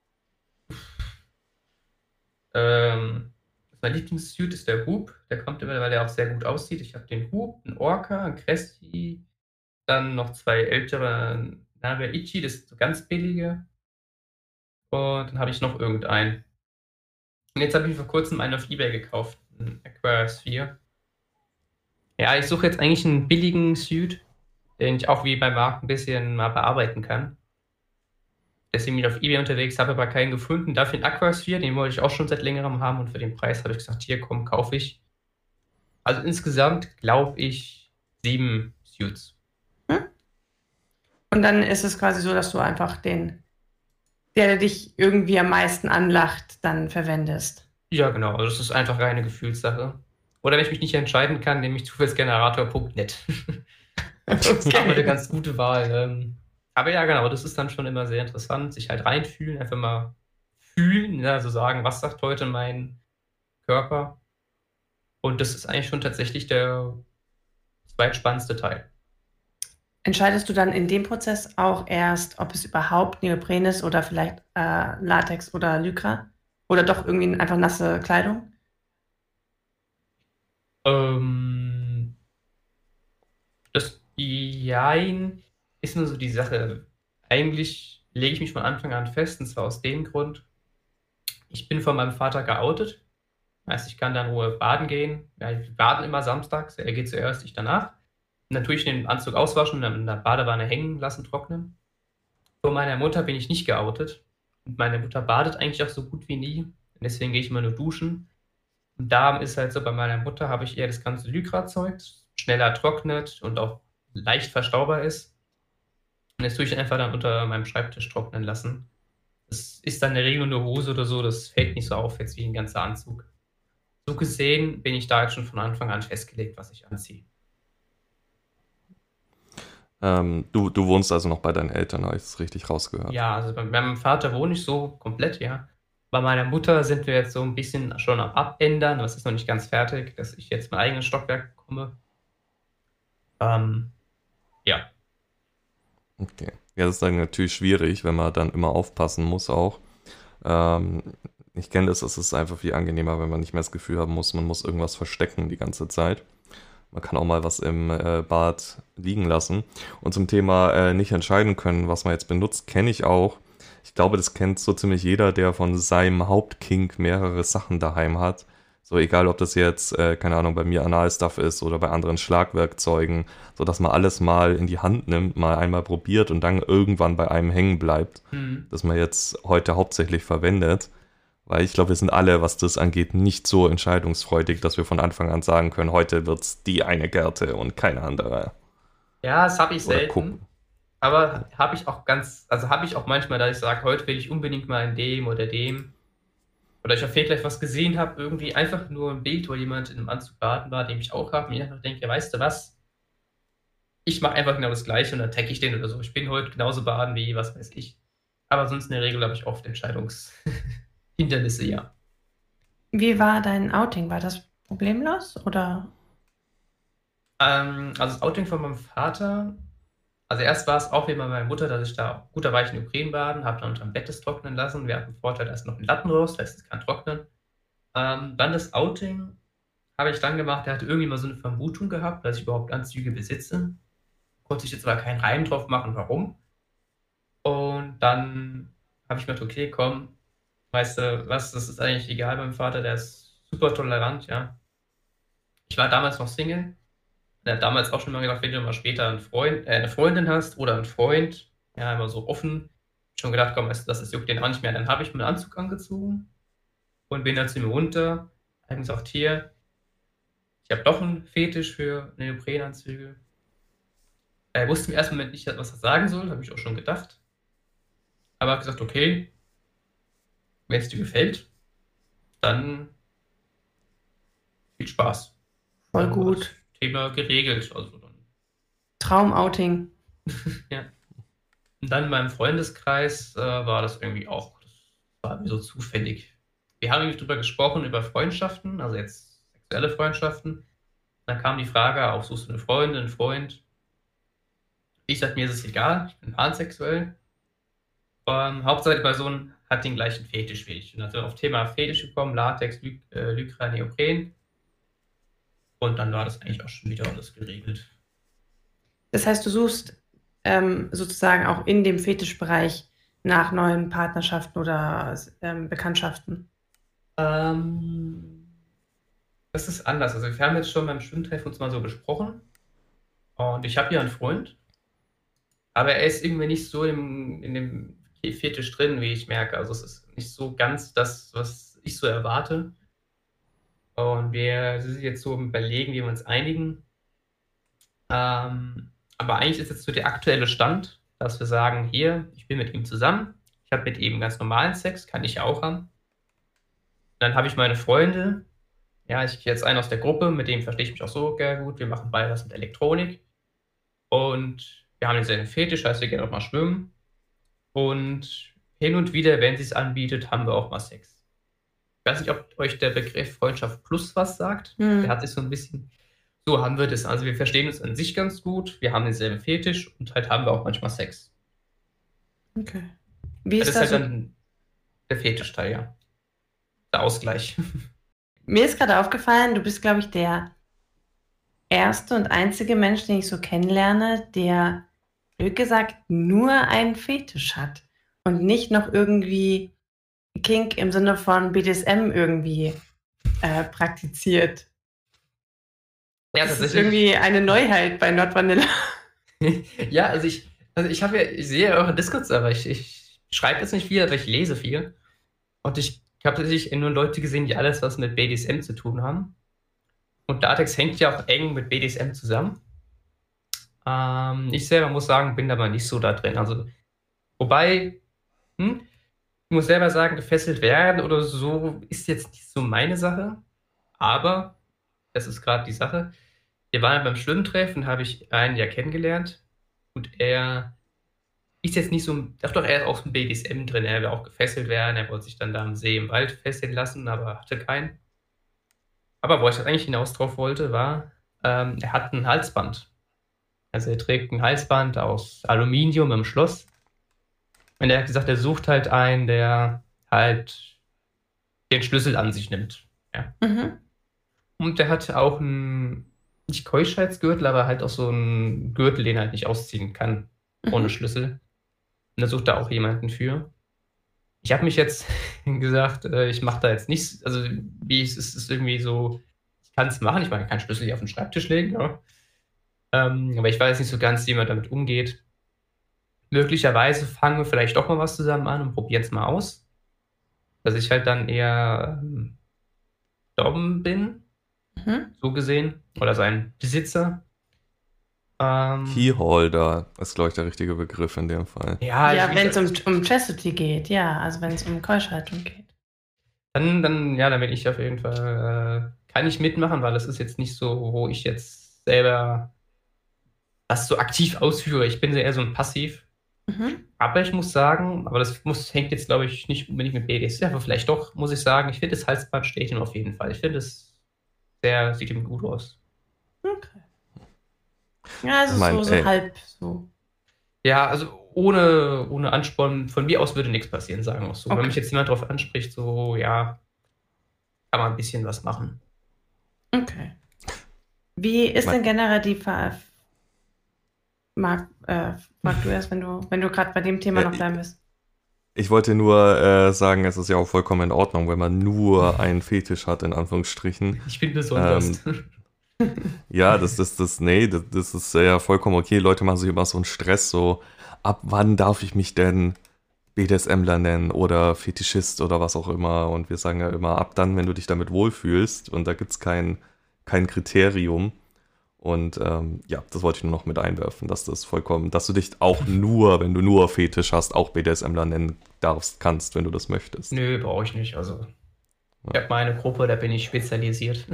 Ähm, mein Lieblingssuit ist der Hub. Der kommt immer, weil der auch sehr gut aussieht. Ich habe den Hub, einen Orca, einen Cressy, dann noch zwei ältere Naga Ichi, das ist so ganz billige. Und dann habe ich noch irgendeinen. Und jetzt habe ich vor kurzem einen auf Ebay gekauft, einen Aquarius vier. Ja, ich suche jetzt eigentlich einen billigen Suit, den ich auch wie beim Markt ein bisschen mal bearbeiten kann. Deswegen bin ich auf Ebay unterwegs, habe aber keinen gefunden. Dafür den Aquarius vier, den wollte ich auch schon seit längerem haben und für den Preis habe ich gesagt, hier komm, kaufe ich. Also insgesamt glaube ich sieben Suits. Und dann ist es quasi so, dass du einfach den, der, der dich irgendwie am meisten anlacht, dann verwendest. Ja, genau. Also das ist einfach reine Gefühlssache. Oder wenn ich mich nicht entscheiden kann, nehme ich zufallsgenerator punkt net. Das ist auch eine ganz gute Wahl. ähm. Aber ja, genau, das ist dann schon immer sehr interessant, sich halt reinfühlen, einfach mal fühlen, ne, also sagen, was sagt heute mein Körper? Und das ist eigentlich schon tatsächlich der zweitspannendste Teil. Entscheidest du dann in dem Prozess auch erst, ob es überhaupt Neopren ist oder vielleicht äh, Latex oder Lycra? Oder doch irgendwie einfach nasse Kleidung? Ähm, das Jein ist nur so die Sache. Eigentlich lege ich mich von Anfang an fest, und zwar aus dem Grund, ich bin von meinem Vater geoutet. Heißt, ich kann dann in Ruhe baden gehen. Ja, wir baden immer samstags. Er geht zuerst, ich danach. Und dann tue ich den Anzug auswaschen und dann in der Badewanne hängen lassen, trocknen. Von meiner Mutter bin ich nicht geoutet. Und meine Mutter badet eigentlich auch so gut wie nie. Und deswegen gehe ich immer nur duschen. Und da ist halt so, bei meiner Mutter habe ich eher das ganze Lycra-Zeug, das schneller trocknet und auch leicht verstaubar ist. Und das tue ich einfach dann unter meinem Schreibtisch trocknen lassen. Das ist dann in der Regel nur eine Hose oder so, das fällt nicht so auf jetzt wie ein ganzer Anzug. So gesehen bin ich da jetzt schon von Anfang an festgelegt, was ich anziehe. Ähm, du, du wohnst also noch bei deinen Eltern, habe ich es richtig rausgehört? Ja, also bei meinem Vater wohne ich so komplett, ja. Bei meiner Mutter sind wir jetzt so ein bisschen schon am Abändern, aber es ist noch nicht ganz fertig, dass ich jetzt mein eigenes Stockwerk bekomme. Ähm, ja. Okay. Ja, das ist dann natürlich schwierig, wenn man dann immer aufpassen muss auch. Ähm, ich kenne das, es ist einfach viel angenehmer, wenn man nicht mehr das Gefühl haben muss, man muss irgendwas verstecken die ganze Zeit. Man kann auch mal was im äh, Bad liegen lassen. Und zum Thema äh, nicht entscheiden können, was man jetzt benutzt, kenne ich auch. Ich glaube, das kennt so ziemlich jeder, der von seinem Hauptkink mehrere Sachen daheim hat. So egal, ob das jetzt, äh, keine Ahnung, bei mir Analstuff ist oder bei anderen Schlagwerkzeugen, so dass man alles mal in die Hand nimmt, mal einmal probiert und dann irgendwann bei einem hängen bleibt, Mhm. das man jetzt heute hauptsächlich verwendet. Weil ich glaube, wir sind alle, was das angeht, nicht so entscheidungsfreudig, dass wir von Anfang an sagen können, heute wird's die eine Gerte und keine andere. Ja, das habe ich Oder selten. gucken. Aber habe ich auch ganz, also habe ich auch manchmal, dass ich sage, heute will ich unbedingt mal in dem oder dem. Oder ich auf vielleicht was gesehen habe, irgendwie einfach nur ein Bild, wo jemand in einem Anzug baden war, den ich auch habe. Und ich einfach denke, weißt du was? Ich mache einfach genau das Gleiche und dann tagge ich den oder so. Ich bin heute genauso baden wie, was weiß ich. Aber sonst in der Regel habe ich oft Entscheidungshindernisse, ja. Wie war dein Outing? War das problemlos oder? Ähm, also das Outing von meinem Vater, also erst war es auch wie bei meiner Mutter, dass ich da, gut, da war ich in Ukraine baden, habe dann unterm Bett das trocknen lassen. Wir hatten den Vorteil, da ist noch ein Latten raus, das heißt, es kann trocknen. Ähm, dann das Outing habe ich dann gemacht, der hatte irgendwie mal so eine Vermutung gehabt, dass ich überhaupt Anzüge besitze. Konnte ich jetzt aber keinen Reim drauf machen, warum. Und dann habe ich mir gedacht, okay, komm, weißt du was, das ist eigentlich egal beim Vater, der ist super tolerant, ja. Ich war damals noch Single. Er hat damals auch schon mal gedacht, wenn du mal später einen Freund, äh, eine Freundin hast oder einen Freund, ja, immer so offen, schon gedacht, komm, weißt du, das ist, juckt den auch nicht mehr. Dann habe ich meinen Anzug angezogen und bin dann zu ihm runter. Habe gesagt, hier, ich habe doch einen Fetisch für Neoprenanzüge. Er wusste im ersten Moment nicht, was er sagen soll, habe ich auch schon gedacht. Aber habe gesagt, okay, wenn es dir gefällt, dann viel Spaß. Voll Dann war gut. das Thema geregelt. Also dann, Traumouting. ja. Und dann in meinem Freundeskreis äh, war das irgendwie auch, das war mir so zufällig. Wir haben nämlich drüber gesprochen, über Freundschaften, also jetzt sexuelle Freundschaften. Dann kam die Frage, auch suchst du eine Freundin, einen Freund? Ich sag, mir ist es egal, ich bin pansexuell. Ähm, Hauptsache die Person hat den gleichen Fetisch wie ich. Und dann sind wir auf Thema Fetisch gekommen, Latex, Ly äh, Lycra, Neopren. Und dann war das eigentlich auch schon wieder alles geregelt. Das heißt, du suchst ähm, sozusagen auch in dem Fetischbereich nach neuen Partnerschaften oder ähm, Bekanntschaften. Ähm, das ist anders. Also wir haben jetzt schon beim Schwimmtreffen uns mal so besprochen. Und ich habe hier einen Freund. Aber er ist irgendwie nicht so im, in dem Fetisch drin, wie ich merke. Also es ist nicht so ganz das, was ich so erwarte. Und wir sind jetzt so im Überlegen, wie wir uns einigen. Ähm, aber eigentlich ist jetzt so der aktuelle Stand, dass wir sagen, hier, ich bin mit ihm zusammen. Ich habe mit ihm ganz normalen Sex, kann ich ja auch haben. Dann habe ich meine Freunde. Ja, ich gehe jetzt einen aus der Gruppe, mit dem verstehe ich mich auch so sehr gut. Wir machen beide was mit Elektronik. Und wir haben denselben Fetisch, heißt, wir gehen auch mal schwimmen. Und hin und wieder, wenn sie es anbietet, haben wir auch mal Sex. Ich weiß nicht, ob euch der Begriff Freundschaft plus was sagt. Hm. Der hat sich so ein bisschen, so haben wir das. Also wir verstehen uns an sich ganz gut, wir haben denselben Fetisch und halt haben wir auch manchmal Sex. Okay. Wie Das ist ist das? halt so- dann der Fetischteil, ja. Der Ausgleich. Mir ist gerade aufgefallen, du bist, glaube ich, der erste und einzige Mensch, den ich so kennenlerne, der, blöd gesagt, nur einen Fetisch hat und nicht noch irgendwie Kink im Sinne von B D S M irgendwie äh, praktiziert. Ja, Das ist tatsächlich. irgendwie eine Neuheit bei Not Vanilla. Ja, also ich, also ich habe ja, ich sehe ja eure Discords, aber ich, ich schreibe jetzt nicht viel, aber ich lese viel. Und ich habe tatsächlich nur Leute gesehen, die alles was mit B D S M zu tun haben. Und Latex hängt ja auch eng mit B D S M zusammen. Ähm, ich selber muss sagen, bin da mal nicht so da drin. Also, wobei, hm, ich muss selber sagen, gefesselt werden oder so ist jetzt nicht so meine Sache. Aber, das ist gerade die Sache. Wir waren beim Schwimmtreffen, habe ich einen ja kennengelernt. Und er ist jetzt nicht so, ach doch, er ist auch im B D S M drin. Er will auch gefesselt werden. Er wollte sich dann da am See im Wald fesseln lassen, aber hatte keinen. Aber wo ich eigentlich hinaus drauf wollte, war, ähm, er hat ein Halsband. Also er trägt ein Halsband aus Aluminium im Schloss. Und er hat gesagt, er sucht halt einen, der halt den Schlüssel an sich nimmt. Ja. Mhm. Und der hat auch einen, nicht Keuschheitsgürtel, aber halt auch so einen Gürtel, den er halt nicht ausziehen kann, ohne Mhm. Schlüssel. Und da sucht er auch jemanden für. Ich habe mich jetzt gesagt, äh, ich mache da jetzt nichts, also wie es ist, ist irgendwie so, ich kann es machen, ich meine, ich kann Schlüssel hier auf den Schreibtisch legen, ja. Ähm, aber ich weiß nicht so ganz, wie man damit umgeht. Möglicherweise fangen wir vielleicht doch mal was zusammen an und probieren es mal aus. dass ich halt dann eher ähm, Dom bin, Mhm. so gesehen, oder sein Besitzer. Ähm, Keyholder ist, glaube ich, der richtige Begriff in dem Fall. ja, Ja, ich, wenn es um, um Chastity geht, ja, also wenn es um Keuschhaltung geht. dann, dann, ja, dann bin ich auf jeden Fall, äh, kann ich mitmachen, weil das ist jetzt nicht so, wo ich jetzt selber das so aktiv ausführe. Ich bin eher so ein Passiv. Mhm. Aber ich muss sagen, aber das muss, hängt jetzt, glaube ich, nicht unbedingt mit B D S, aber vielleicht doch, muss ich sagen, ich finde das Halsband steht ihm auf jeden Fall. Ich finde es sehr, sieht ihm gut aus. Okay. Ja, also Ich mein, so, so ey. halb so. Ja, also ohne, ohne Ansporn, von mir aus würde nichts passieren, sagen wir es so. Wenn Okay. mich jetzt jemand darauf anspricht, so, ja, kann man ein bisschen was machen. Okay. Wie ist Mein- denn generell die Ver Marc, äh, frag du erst, wenn du, wenn du gerade bei dem Thema Ja, noch bleiben bist. Ich wollte nur äh, sagen, es ist ja auch vollkommen in Ordnung, wenn man nur einen Fetisch hat, in Anführungsstrichen. Ich bin besonders. Ja, das, das, das, nee, das, das ist ja vollkommen okay. Leute machen sich immer so einen Stress, so, ab wann darf ich mich denn BDSMler nennen oder Fetischist oder was auch immer. Und wir sagen ja immer, ab dann, wenn du dich damit wohlfühlst. Und da gibt's kein, kein Kriterium. Und ähm, ja, das wollte ich nur noch mit einwerfen, dass das vollkommen, dass du dich auch nur, wenn du nur Fetisch hast, auch BDSMler nennen darfst, kannst, wenn du das möchtest. Nö, brauche ich nicht. Also, ich habe meine Gruppe, da bin ich spezialisiert.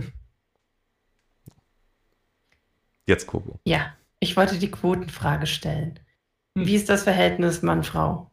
Jetzt, Kobo. Ja, ich wollte die Quotenfrage stellen. Hm. Wie ist das Verhältnis Mann-Frau?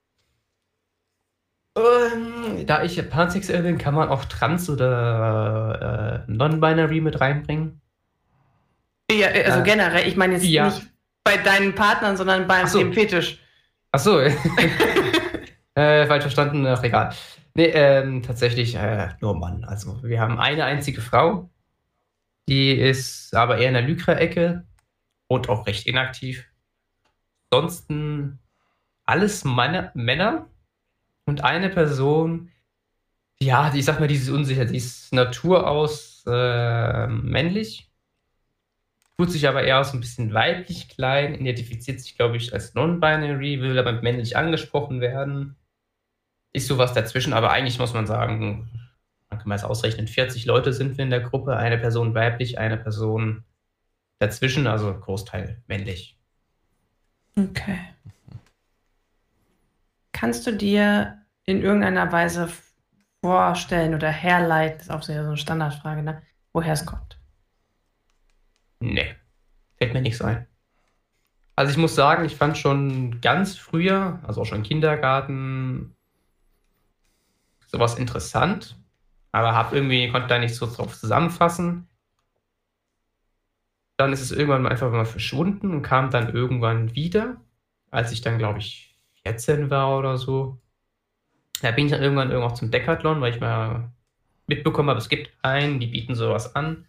Ähm, da ich pansexuell bin, kann man auch Trans oder äh, Non-Binary mit reinbringen. Ja, also Äh, generell, ich meine jetzt ja. nicht bei deinen Partnern, sondern bei Ach so. dem Fetisch. Ach so. äh, falsch verstanden, ach egal. Nee, ähm, tatsächlich äh, nur Mann. Also wir haben eine einzige Frau, die ist aber eher in der Lycra-Ecke und auch recht inaktiv. Ansonsten alles meine, Männer und eine Person, ja, die, ich sag mal, die ist unsicher, die ist Natur aus äh, männlich, tut sich aber eher so ein bisschen weiblich klein, identifiziert sich, glaube ich, als non-binary, will aber männlich angesprochen werden. Ist sowas dazwischen, aber eigentlich muss man sagen, man kann mal es ausrechnen, vierzig Leute sind wir in der Gruppe, eine Person weiblich, eine Person dazwischen, also Großteil männlich. Okay. Kannst du dir in irgendeiner Weise vorstellen oder herleiten, das ist auch so eine Standardfrage, ne? Woher es kommt? Nee, fällt mir nichts ein. Also ich muss sagen, ich fand schon ganz früher, also auch schon im Kindergarten, sowas interessant, aber habe irgendwie, konnte da nicht so drauf zusammenfassen. Dann ist es irgendwann mal einfach mal verschwunden und kam dann irgendwann wieder, als ich dann, glaube ich, vierzehn war oder so. Da bin ich dann irgendwann irgendwann auch zum Decathlon, weil ich mal mitbekommen habe, es gibt einen, die bieten sowas an.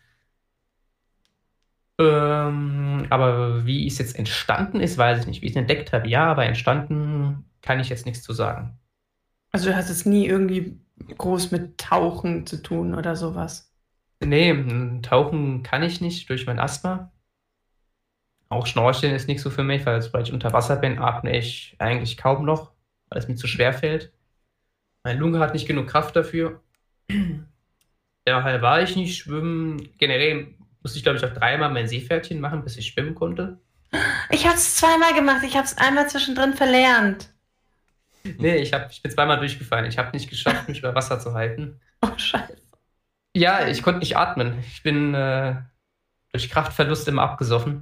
Ähm, aber wie es jetzt entstanden ist, weiß ich nicht. Wie ich es entdeckt habe, ja, aber entstanden kann ich jetzt nichts zu sagen. Also du hast es nie irgendwie groß mit Tauchen zu tun oder sowas? Nee, tauchen kann ich nicht durch mein Asthma. Auch Schnorcheln ist nicht so für mich, weil sobald ich unter Wasser bin, atme ich eigentlich kaum noch, weil es mir zu schwer fällt. Meine Lunge hat nicht genug Kraft dafür. Daher war ich nicht schwimmen. Generell musste ich, glaube ich, auch dreimal mein Seepferdchen machen, bis ich schwimmen konnte. Ich habe es zweimal gemacht. Ich habe es einmal zwischendrin verlernt. Nee, ich, hab, ich bin zweimal durchgefallen. Ich habe nicht geschafft, mich über Wasser zu halten. Oh, scheiße. Ja, ich konnte nicht atmen. Ich bin äh, durch Kraftverlust immer abgesoffen.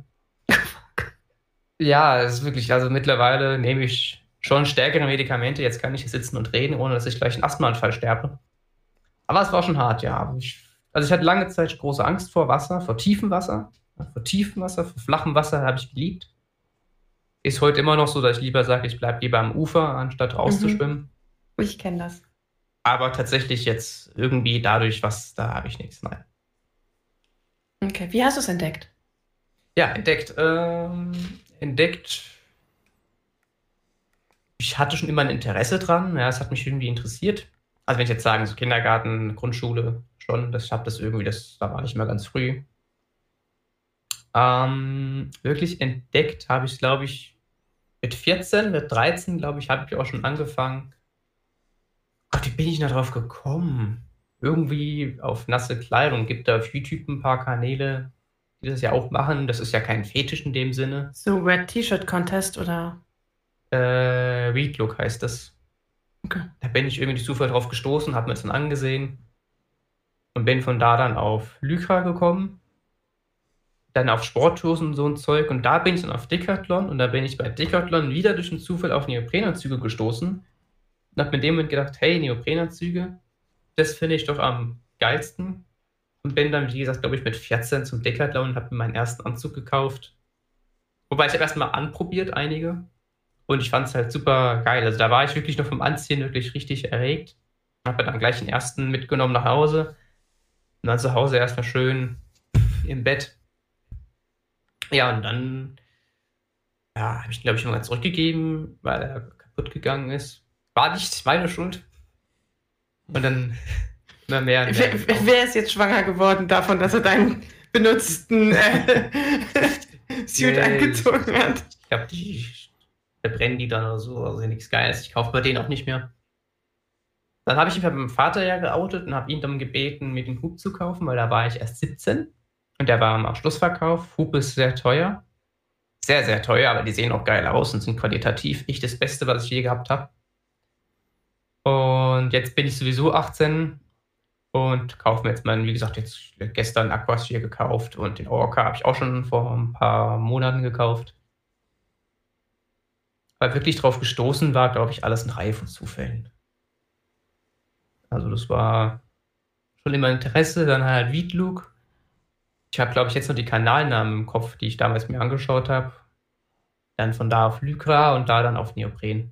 Ja, es ist wirklich, also mittlerweile nehme ich schon stärkere Medikamente. Jetzt kann ich hier sitzen und reden, ohne dass ich gleich einen Asthmaanfall sterbe. Aber es war schon hart, ja. Ich, also ich hatte lange Zeit große Angst vor Wasser, vor tiefem Wasser. Vor tiefem Wasser, vor flachem Wasser habe ich geliebt. Ist heute immer noch so, dass ich lieber sage, ich bleibe lieber am Ufer, anstatt rauszuschwimmen. Ich kenne das. Aber tatsächlich jetzt irgendwie dadurch, was, da habe ich nichts. Nein. Okay, wie hast du es entdeckt? Ja, entdeckt. Ähm, entdeckt. Ich hatte schon immer ein Interesse dran. Ja, es hat mich irgendwie interessiert. Also wenn ich jetzt sagen, so Kindergarten, Grundschule schon, das, ich habe das irgendwie, das, da war ich immer ganz früh. Ähm, wirklich entdeckt habe ich, glaube ich, mit vierzehn, mit dreizehn, glaube ich, habe ich auch schon angefangen, Gott, wie bin ich da drauf gekommen? Irgendwie auf nasse Kleidung. Gibt da auf YouTube ein paar Kanäle, die das ja auch machen. Das ist ja kein Fetisch in dem Sinne. So Red T-Shirt Contest oder? Äh, Read Look heißt das. Okay. Da bin ich irgendwie durch Zufall drauf gestoßen, habe mir das dann angesehen und bin von da dann auf Lycra gekommen, dann auf Sporthosen und so ein Zeug und da bin ich dann auf Decathlon und da bin ich bei Decathlon wieder durch den Zufall auf Neoprenanzüge gestoßen und habe mir in dem Moment gedacht, hey, Neoprenanzüge, das finde ich doch am geilsten und bin dann, wie gesagt, glaube ich, mit vierzehn zum Decathlon und habe mir meinen ersten Anzug gekauft. Wobei ich habe erstmal anprobiert, einige. Und ich fand es halt super geil. Also da war ich wirklich noch vom Anziehen wirklich richtig erregt. Habe dann gleich den ersten mitgenommen nach Hause. Und dann zu Hause erstmal schön im Bett. Ja, und dann ja, habe ich ihn, glaube ich, irgendwann zurückgegeben, weil er kaputt gegangen ist. War nicht meine Schuld. Und dann immer mehr. Und mehr Wer, wer ist jetzt schwanger geworden davon, dass er deinen benutzten äh, Suit Nee, angezogen hat? Ich glaube, die verbrennen die dann oder so. Also nichts Geiles. Ich kaufe bei denen auch nicht mehr. Dann habe ich mich bei meinem Vater ja geoutet und habe ihn dann gebeten, mir den Hub zu kaufen, weil da war ich erst siebzehn. Und der war im Schlussverkauf. Hub ist sehr teuer. Sehr, sehr teuer, aber die sehen auch geil aus und sind qualitativ nicht das Beste, was ich je gehabt habe. Und jetzt bin ich sowieso achtzehn und kaufe mir jetzt meinen, wie gesagt, jetzt gestern Aquasphere gekauft und den Orca habe ich auch schon vor ein paar Monaten gekauft. Weil wirklich drauf gestoßen war, glaube ich, alles eine Reihe von Zufällen. Also das war schon immer Interesse, dann halt Read-Look. Ich habe, glaube ich, jetzt noch die Kanalnamen im Kopf, die ich damals mir angeschaut habe. Dann von da auf Lycra und da dann auf Neopren.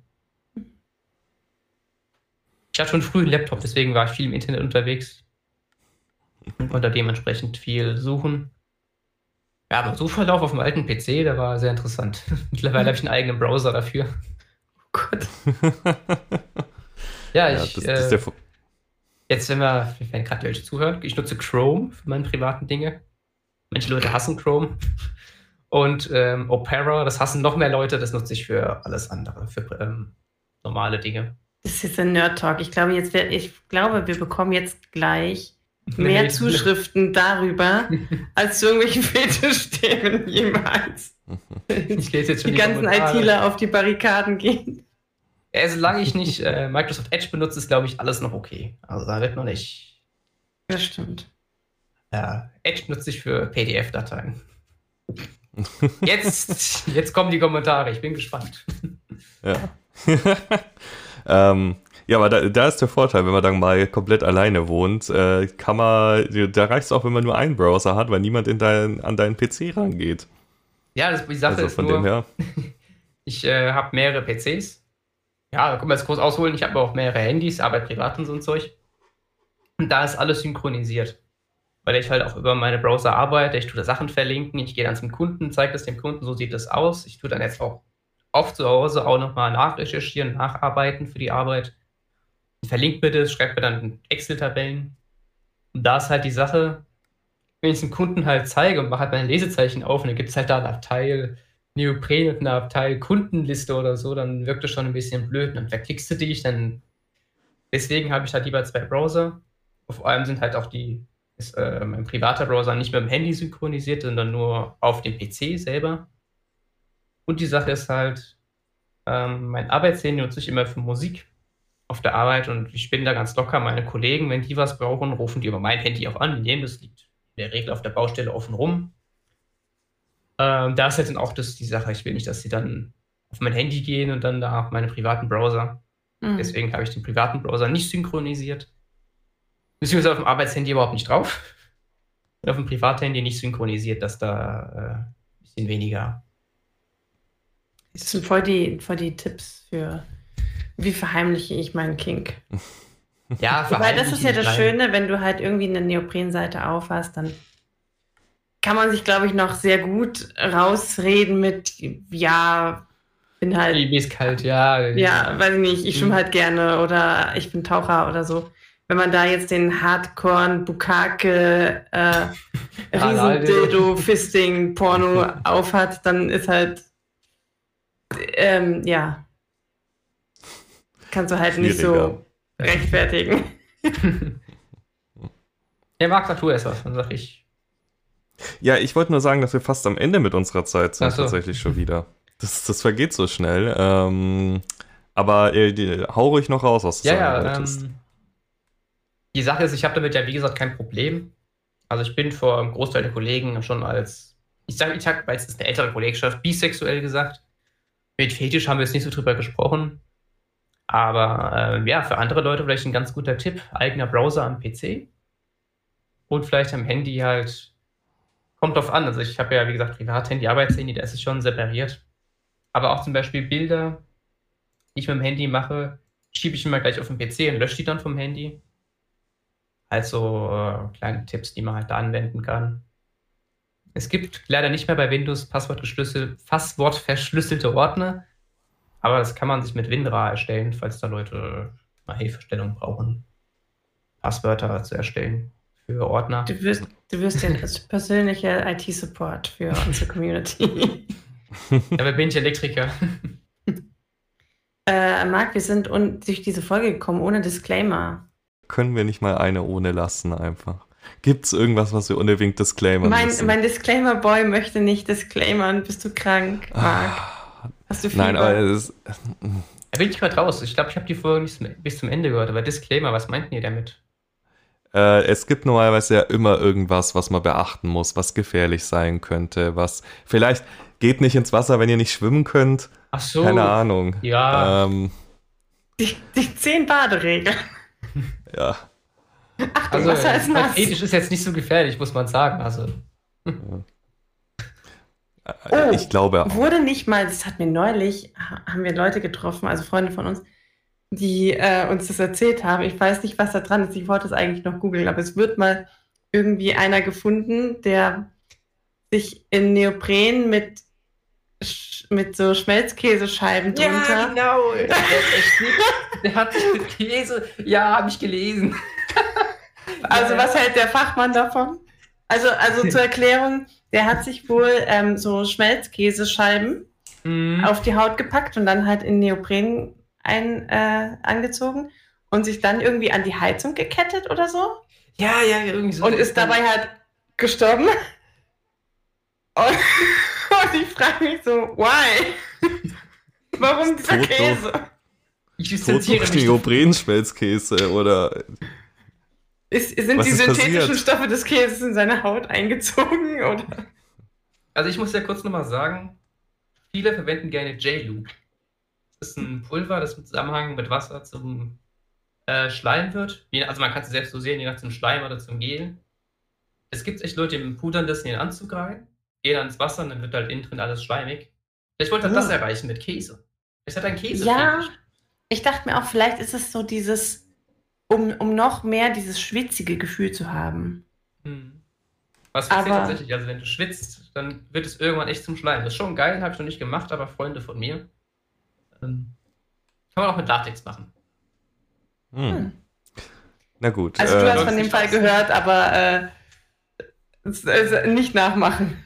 Ich hatte schon früh einen Laptop, deswegen war ich viel im Internet unterwegs. Und da dementsprechend viel suchen. Ja, aber Suchverlauf auf dem alten P C, der war sehr interessant. Mittlerweile habe ich einen eigenen Browser dafür. Oh Gott. Ja, Ja, ich, das, äh, das ist der Vo- jetzt, wenn wir, wenn gerade welche zuhören, ich nutze Chrome für meine privaten Dinge. Manche Leute hassen Chrome. Und ähm, Opera, das hassen noch mehr Leute, das nutze ich für alles andere, für ähm, normale Dinge. Das ist jetzt ein Nerd-Talk. Ich glaube, jetzt wär, ich glaube, wir bekommen jetzt gleich mehr Nee. Zuschriften darüber, als zu irgendwelchen Fetischthemen jemals. Ich lese jetzt schon Die ganzen Kommentare. ITler auf die Barrikaden gehen. Ja, solange ich nicht äh, Microsoft Edge benutze, ist, glaube ich, alles noch okay. Also da wird man nicht. Das stimmt. Ja, Edge nutze ich für P D F-Dateien. Jetzt, jetzt kommen die Kommentare, ich bin gespannt. Ja. ähm, ja, aber da, da ist der Vorteil, wenn man dann mal komplett alleine wohnt, äh, kann man, da reicht es auch, wenn man nur einen Browser hat, weil niemand in dein, an deinen P C rangeht. Ja, das, die Sache Also ist von nur, dem her. ich äh, habe mehrere P Cs. Ja, da können wir jetzt groß ausholen. Ich habe auch mehrere Handys, arbeite privat und so ein Zeug. Und da ist alles synchronisiert. Weil ich halt auch über meine Browser arbeite. Ich tue da Sachen verlinken. Ich gehe dann zum Kunden, zeige das dem Kunden, so sieht das aus. Ich tue dann jetzt auch oft zu Hause auch nochmal nachrecherchieren, nacharbeiten für die Arbeit. Verlinkt mir das, schreibt mir dann Excel-Tabellen. Und da ist halt die Sache, wenn ich es dem Kunden halt zeige und mache halt meine Lesezeichen auf und dann gibt es halt da ein Abteil Neopren und eine Abteil Kundenliste oder so, dann wirkt das schon ein bisschen blöd. Und dann verklickst du dich, dann deswegen habe ich halt lieber zwei Browser. Vor allem sind halt auch die, ist äh, mein privater Browser nicht mit dem Handy synchronisiert, sondern nur auf dem P C selber. Und die Sache ist halt, ähm, mein Arbeitshandy nutze ich immer für Musik auf der Arbeit und ich bin da ganz locker. Meine Kollegen, wenn die was brauchen, rufen die über mein Handy auch an. Die nehmen das, liegt in der Regel auf der Baustelle offen rum. Ähm, da ist halt dann auch das, die Sache, ich will nicht, dass sie dann auf mein Handy gehen und dann da auf meine privaten Browser. Mhm. Deswegen habe ich den privaten Browser nicht synchronisiert. Beziehungsweise auf dem Arbeitshandy überhaupt nicht drauf. Und auf dem Privathandy nicht synchronisiert, dass da äh, ein bisschen weniger Das sind voll die, voll die Tipps für, wie verheimliche ich meinen Kink. Ja, Wobei, das ist ja verheimlichen das klein. Schöne, wenn du halt irgendwie eine Neoprenseite aufhast, dann kann man sich, glaube ich, noch sehr gut rausreden mit, ja, bin halt, Mir ist kalt, ja. ja, weiß ich nicht, ich schwimme Mhm. halt gerne oder ich bin Taucher oder so. Wenn man da jetzt den Hardcore, Bukake, äh, Riesendildo, Fisting, Porno aufhat, dann ist halt, ähm, ja, kannst du halt nicht so Schwieriger. rechtfertigen. Ja, Marc, sag du erst was, dann sag ich. Ja, ich wollte nur sagen, dass wir fast am Ende mit unserer Zeit sind, Ach so. tatsächlich schon wieder. Das, das vergeht so schnell. Ähm, aber äh, die, hau ruhig noch raus, was du Ja, sagen ja, wolltest. ähm, die Sache ist, ich habe damit ja, wie gesagt, kein Problem. Also ich bin vor einem Großteil der Kollegen schon als, ich sage, ich sag, weil es ist eine ältere Kollegschaft, bisexuell gesagt. Mit Fetisch haben wir jetzt nicht so drüber gesprochen. Aber ähm, ja, für andere Leute vielleicht ein ganz guter Tipp, eigener Browser am P C. Und vielleicht am Handy halt, kommt drauf an. Also ich habe ja, wie gesagt, Privathandy, Arbeitshandy, da ist es schon separiert. Aber auch zum Beispiel Bilder, die ich mit dem Handy mache, schiebe ich immer gleich auf den P C und lösche die dann vom Handy. Also äh, kleine Tipps, die man halt da anwenden kann. Es gibt leider nicht mehr bei Windows passwortgeschlüssel- passwortverschlüsselte Ordner, aber das kann man sich mit WinRAR erstellen, falls da Leute mal Hilfestellung brauchen, Passwörter zu erstellen für Ordner. Du wirst, du wirst ja als persönlicher I T-Support für unsere Community. Aber bin ich Elektriker. äh, Marc, wir sind un- durch diese Folge gekommen ohne Disclaimer. Können wir nicht mal eine ohne lassen einfach? Gibt es irgendwas, was wir unbedingt disclaimern Mein, müssen? mein Disclaimer-Boy möchte nicht disclaimern. Bist du krank, Marc? Hast du Fieber? Nein, aber es, Da bin ich gerade raus. Ich glaube, ich habe die Folge nicht zum- bis zum Ende gehört. Aber Disclaimer, was meinten ihr damit? äh, es gibt normalerweise ja immer irgendwas, was man beachten muss, was gefährlich sein könnte, was vielleicht geht nicht ins Wasser, wenn ihr nicht schwimmen könnt. Ach so. Keine Ahnung. Ja. Ähm, Die, die zehn Baderegeln. ja. Achtung, Also, Wasser ist nass. Fetisch ist jetzt nicht so gefährlich, muss man sagen. Also, Oh, Ich glaube auch. Wurde nicht mal, das hat mir neulich, ha- haben wir Leute getroffen, also Freunde von uns, die äh, uns das erzählt haben. Ich weiß nicht, was da dran ist. Ich wollte es eigentlich noch googeln, aber es wird mal irgendwie einer gefunden, der sich in Neopren mit, Sch- mit so Schmelzkäsescheiben drunter. genau. Der, ist echt gut. Der hat sich mit Käse. Ja, habe ich gelesen. Also Ja, was hält der Fachmann davon? Also, also zur Erklärung, der hat sich wohl ähm, so Schmelzkäsescheiben Mhm. auf die Haut gepackt und dann halt in Neopren ein, äh, angezogen und sich dann irgendwie an die Heizung gekettet oder so Ja, ja, irgendwie so. und ist dabei halt gestorben. Und, und ich frage mich so, why? Warum dieser Tot Käse? Ich Tot distanziere durch mich den davon. Neoprenschmelzkäse oder Ist, sind Was die ist synthetischen passiert? Stoffe des Käses in seine Haut eingezogen? Oder? Also ich muss ja kurz nochmal sagen, viele verwenden gerne J-Lube. Das ist ein Pulver, das im Zusammenhang mit Wasser zum äh, Schleim wird. Je, also man kann es selbst so sehen, je nach zum Schleim oder zum Gel. Es gibt echt Leute, die pudern das in den Anzug rein, gehen dann ins Wasser und dann wird halt innen drin alles schleimig. Vielleicht wollte er Oh. das erreichen mit Käse. Es hat ein Käse. Ja, ich dachte mir auch, vielleicht ist es so dieses, um, um noch mehr dieses schwitzige Gefühl zu haben. Hm. Was witzig Aber- tatsächlich, also wenn du schwitzt, dann wird es irgendwann echt zum Schleim. Das ist schon geil, habe ich noch nicht gemacht, aber Freunde von mir. Ähm, kann man auch mit Latex machen. Hm. Hm. Na gut. Also du äh, hast von dem Fall gehört, aber äh, es, es, nicht nachmachen.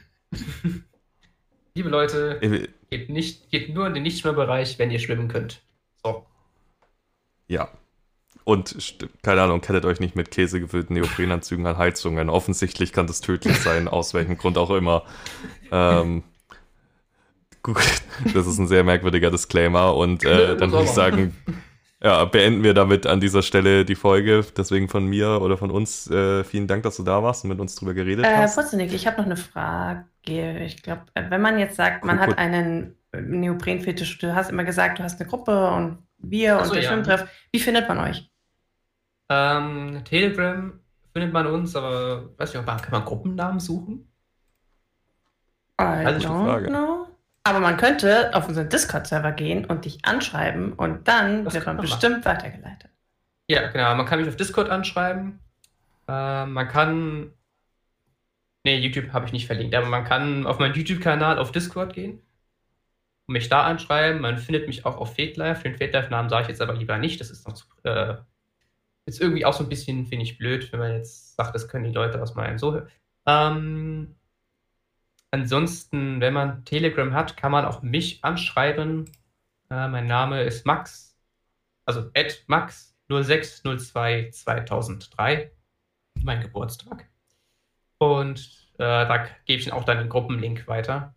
Liebe Leute, äh, geht, nicht, geht nur in den Nichtschwimmbereich, wenn ihr schwimmen könnt. So. ja. Und st- keine Ahnung, kettet euch nicht mit käsegefüllten Neoprenanzügen an Heizungen. Offensichtlich kann das tödlich sein, aus welchem Grund auch immer. Ähm, gut, das ist ein sehr merkwürdiger Disclaimer. Und äh, dann würde ich sagen, ja, beenden wir damit an dieser Stelle die Folge. Deswegen von mir oder von uns äh, vielen Dank, dass du da warst und mit uns drüber geredet Äh, hast. Putzenig, ich habe noch eine Frage. Ich glaube, wenn man jetzt sagt, man Cool, cool. hat einen Neoprenfetisch, du hast immer gesagt, du hast eine Gruppe und wir Ach und so, der ja. Schwimmtreff. Wie findet man euch? Ähm, Telegram findet man uns, aber weiß nicht, kann man Gruppennamen suchen? I Also, gute don't Frage. know. Aber man könnte auf unseren Discord-Server gehen und dich anschreiben und dann Das wird kann man man bestimmt weitergeleitet. Ja, genau. Man kann mich auf Discord anschreiben. Äh, man kann. Nee, YouTube habe ich nicht verlinkt, aber man kann auf meinen YouTube-Kanal auf Discord gehen und mich da anschreiben. Man findet mich auch auf FateLife. Den FateLife-Namen sage ich jetzt aber lieber nicht. Das ist noch zu, äh, jetzt irgendwie auch so ein bisschen, finde ich, blöd, wenn man jetzt sagt, das können die Leute aus meinem so. Ähm, ansonsten, wenn man Telegram hat, kann man auch mich anschreiben. Äh, mein Name ist Max. Also at Max null sechs null zwei zweitausenddrei, mein Geburtstag. Und äh, da gebe ich Ihnen auch dann den Gruppenlink weiter.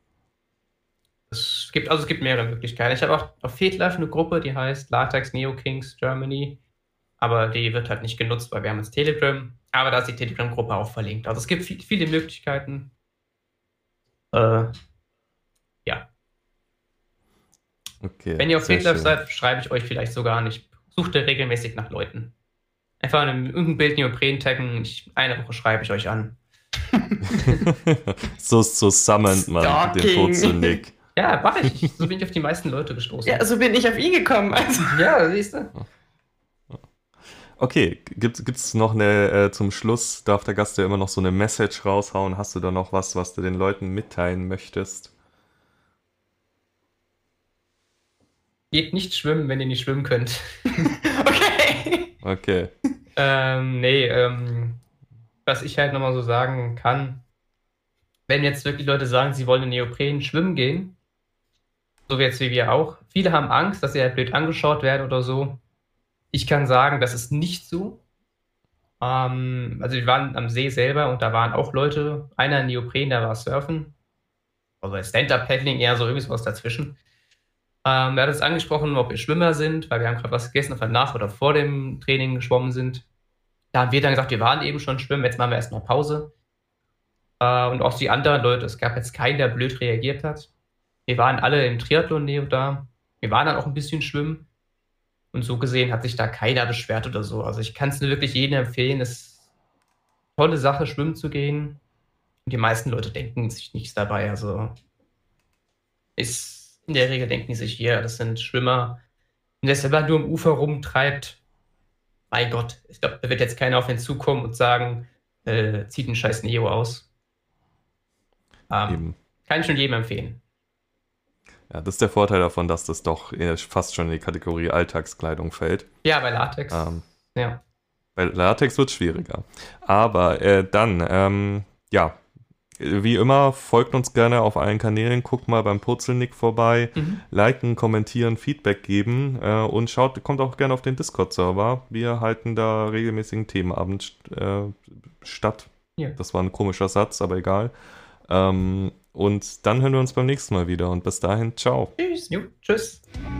Es gibt, also es gibt mehrere Möglichkeiten. Ich habe auch auf FedLife eine Gruppe, die heißt Latex Neo Kings Germany. Aber die wird halt nicht genutzt, weil wir haben jetzt Telegram. Aber da ist die Telegram-Gruppe auch verlinkt. Also es gibt viel, viele Möglichkeiten. Äh, ja. Okay, Wenn ihr auf sehr FedLife schön. seid, schreibe ich euch vielleicht sogar an. Ich suchte regelmäßig nach Leuten. Einfach in einem, irgendein Bild Neopren taggen. Ich, eine Woche schreibe ich euch an. so, so summont man den Stalking. Purzelnick. Ja, mache ich. So bin ich auf die meisten Leute gestoßen. Ja, so bin ich auf ihn gekommen. Also. Ja, siehst du. Okay, gibt es noch eine, äh, zum Schluss darf der Gast ja immer noch so eine Message raushauen. Hast du da noch was, was du den Leuten mitteilen möchtest? Geht nicht schwimmen, wenn ihr nicht schwimmen könnt. Okay. Okay. ähm, nee, ähm, was ich halt nochmal so sagen kann, wenn jetzt wirklich Leute sagen, sie wollen in Neopren schwimmen gehen, so wie jetzt wie wir auch, viele haben Angst, dass sie halt blöd angeschaut werden oder so. Ich kann sagen, das ist nicht so. Ähm, also wir waren am See selber und da waren auch Leute, einer in Neopren, der war surfen, also Stand-Up-Paddling, eher so irgendwie sowas dazwischen. Ähm, er hat uns angesprochen, ob wir Schwimmer sind, weil wir haben gerade was gegessen, ob wir nach oder vor dem Training geschwommen sind. Da haben wir dann gesagt, wir waren eben schon schwimmen, jetzt machen wir erstmal Pause. Äh, und auch die anderen Leute, es gab jetzt keinen, der blöd reagiert hat. Wir waren alle im Triathlon-Neo da. Wir waren dann auch ein bisschen schwimmen. Und so gesehen hat sich da keiner beschwert oder so. Also ich kann es nur wirklich jedem empfehlen, es ist eine tolle Sache, schwimmen zu gehen. Und die meisten Leute denken sich nichts dabei. Also ist in der Regel denken die sich, ja, das sind Schwimmer. Und der selber nur am Ufer rumtreibt, mein Gott, ich glaube, da wird jetzt keiner auf ihn zukommen und sagen, äh, zieht einen scheiß Neo aus. Ähm, Eben. kann ich schon jedem empfehlen. Ja, das ist der Vorteil davon, dass das doch eher fast schon in die Kategorie Alltagskleidung fällt. Ja, bei Latex. Ähm, ja. Bei Latex wird es schwieriger. Aber äh, dann, ähm, ja, wie immer, folgt uns gerne auf allen Kanälen, guckt mal beim Purzelnick vorbei, Mhm. liken, kommentieren, Feedback geben äh, und schaut, kommt auch gerne auf den Discord-Server. Wir halten da regelmäßigen Themenabend äh, statt. Ja. Das war ein komischer Satz, aber egal. Ähm, und dann hören wir uns beim nächsten Mal wieder und bis dahin, ciao. Tschüss. Jo, tschüss.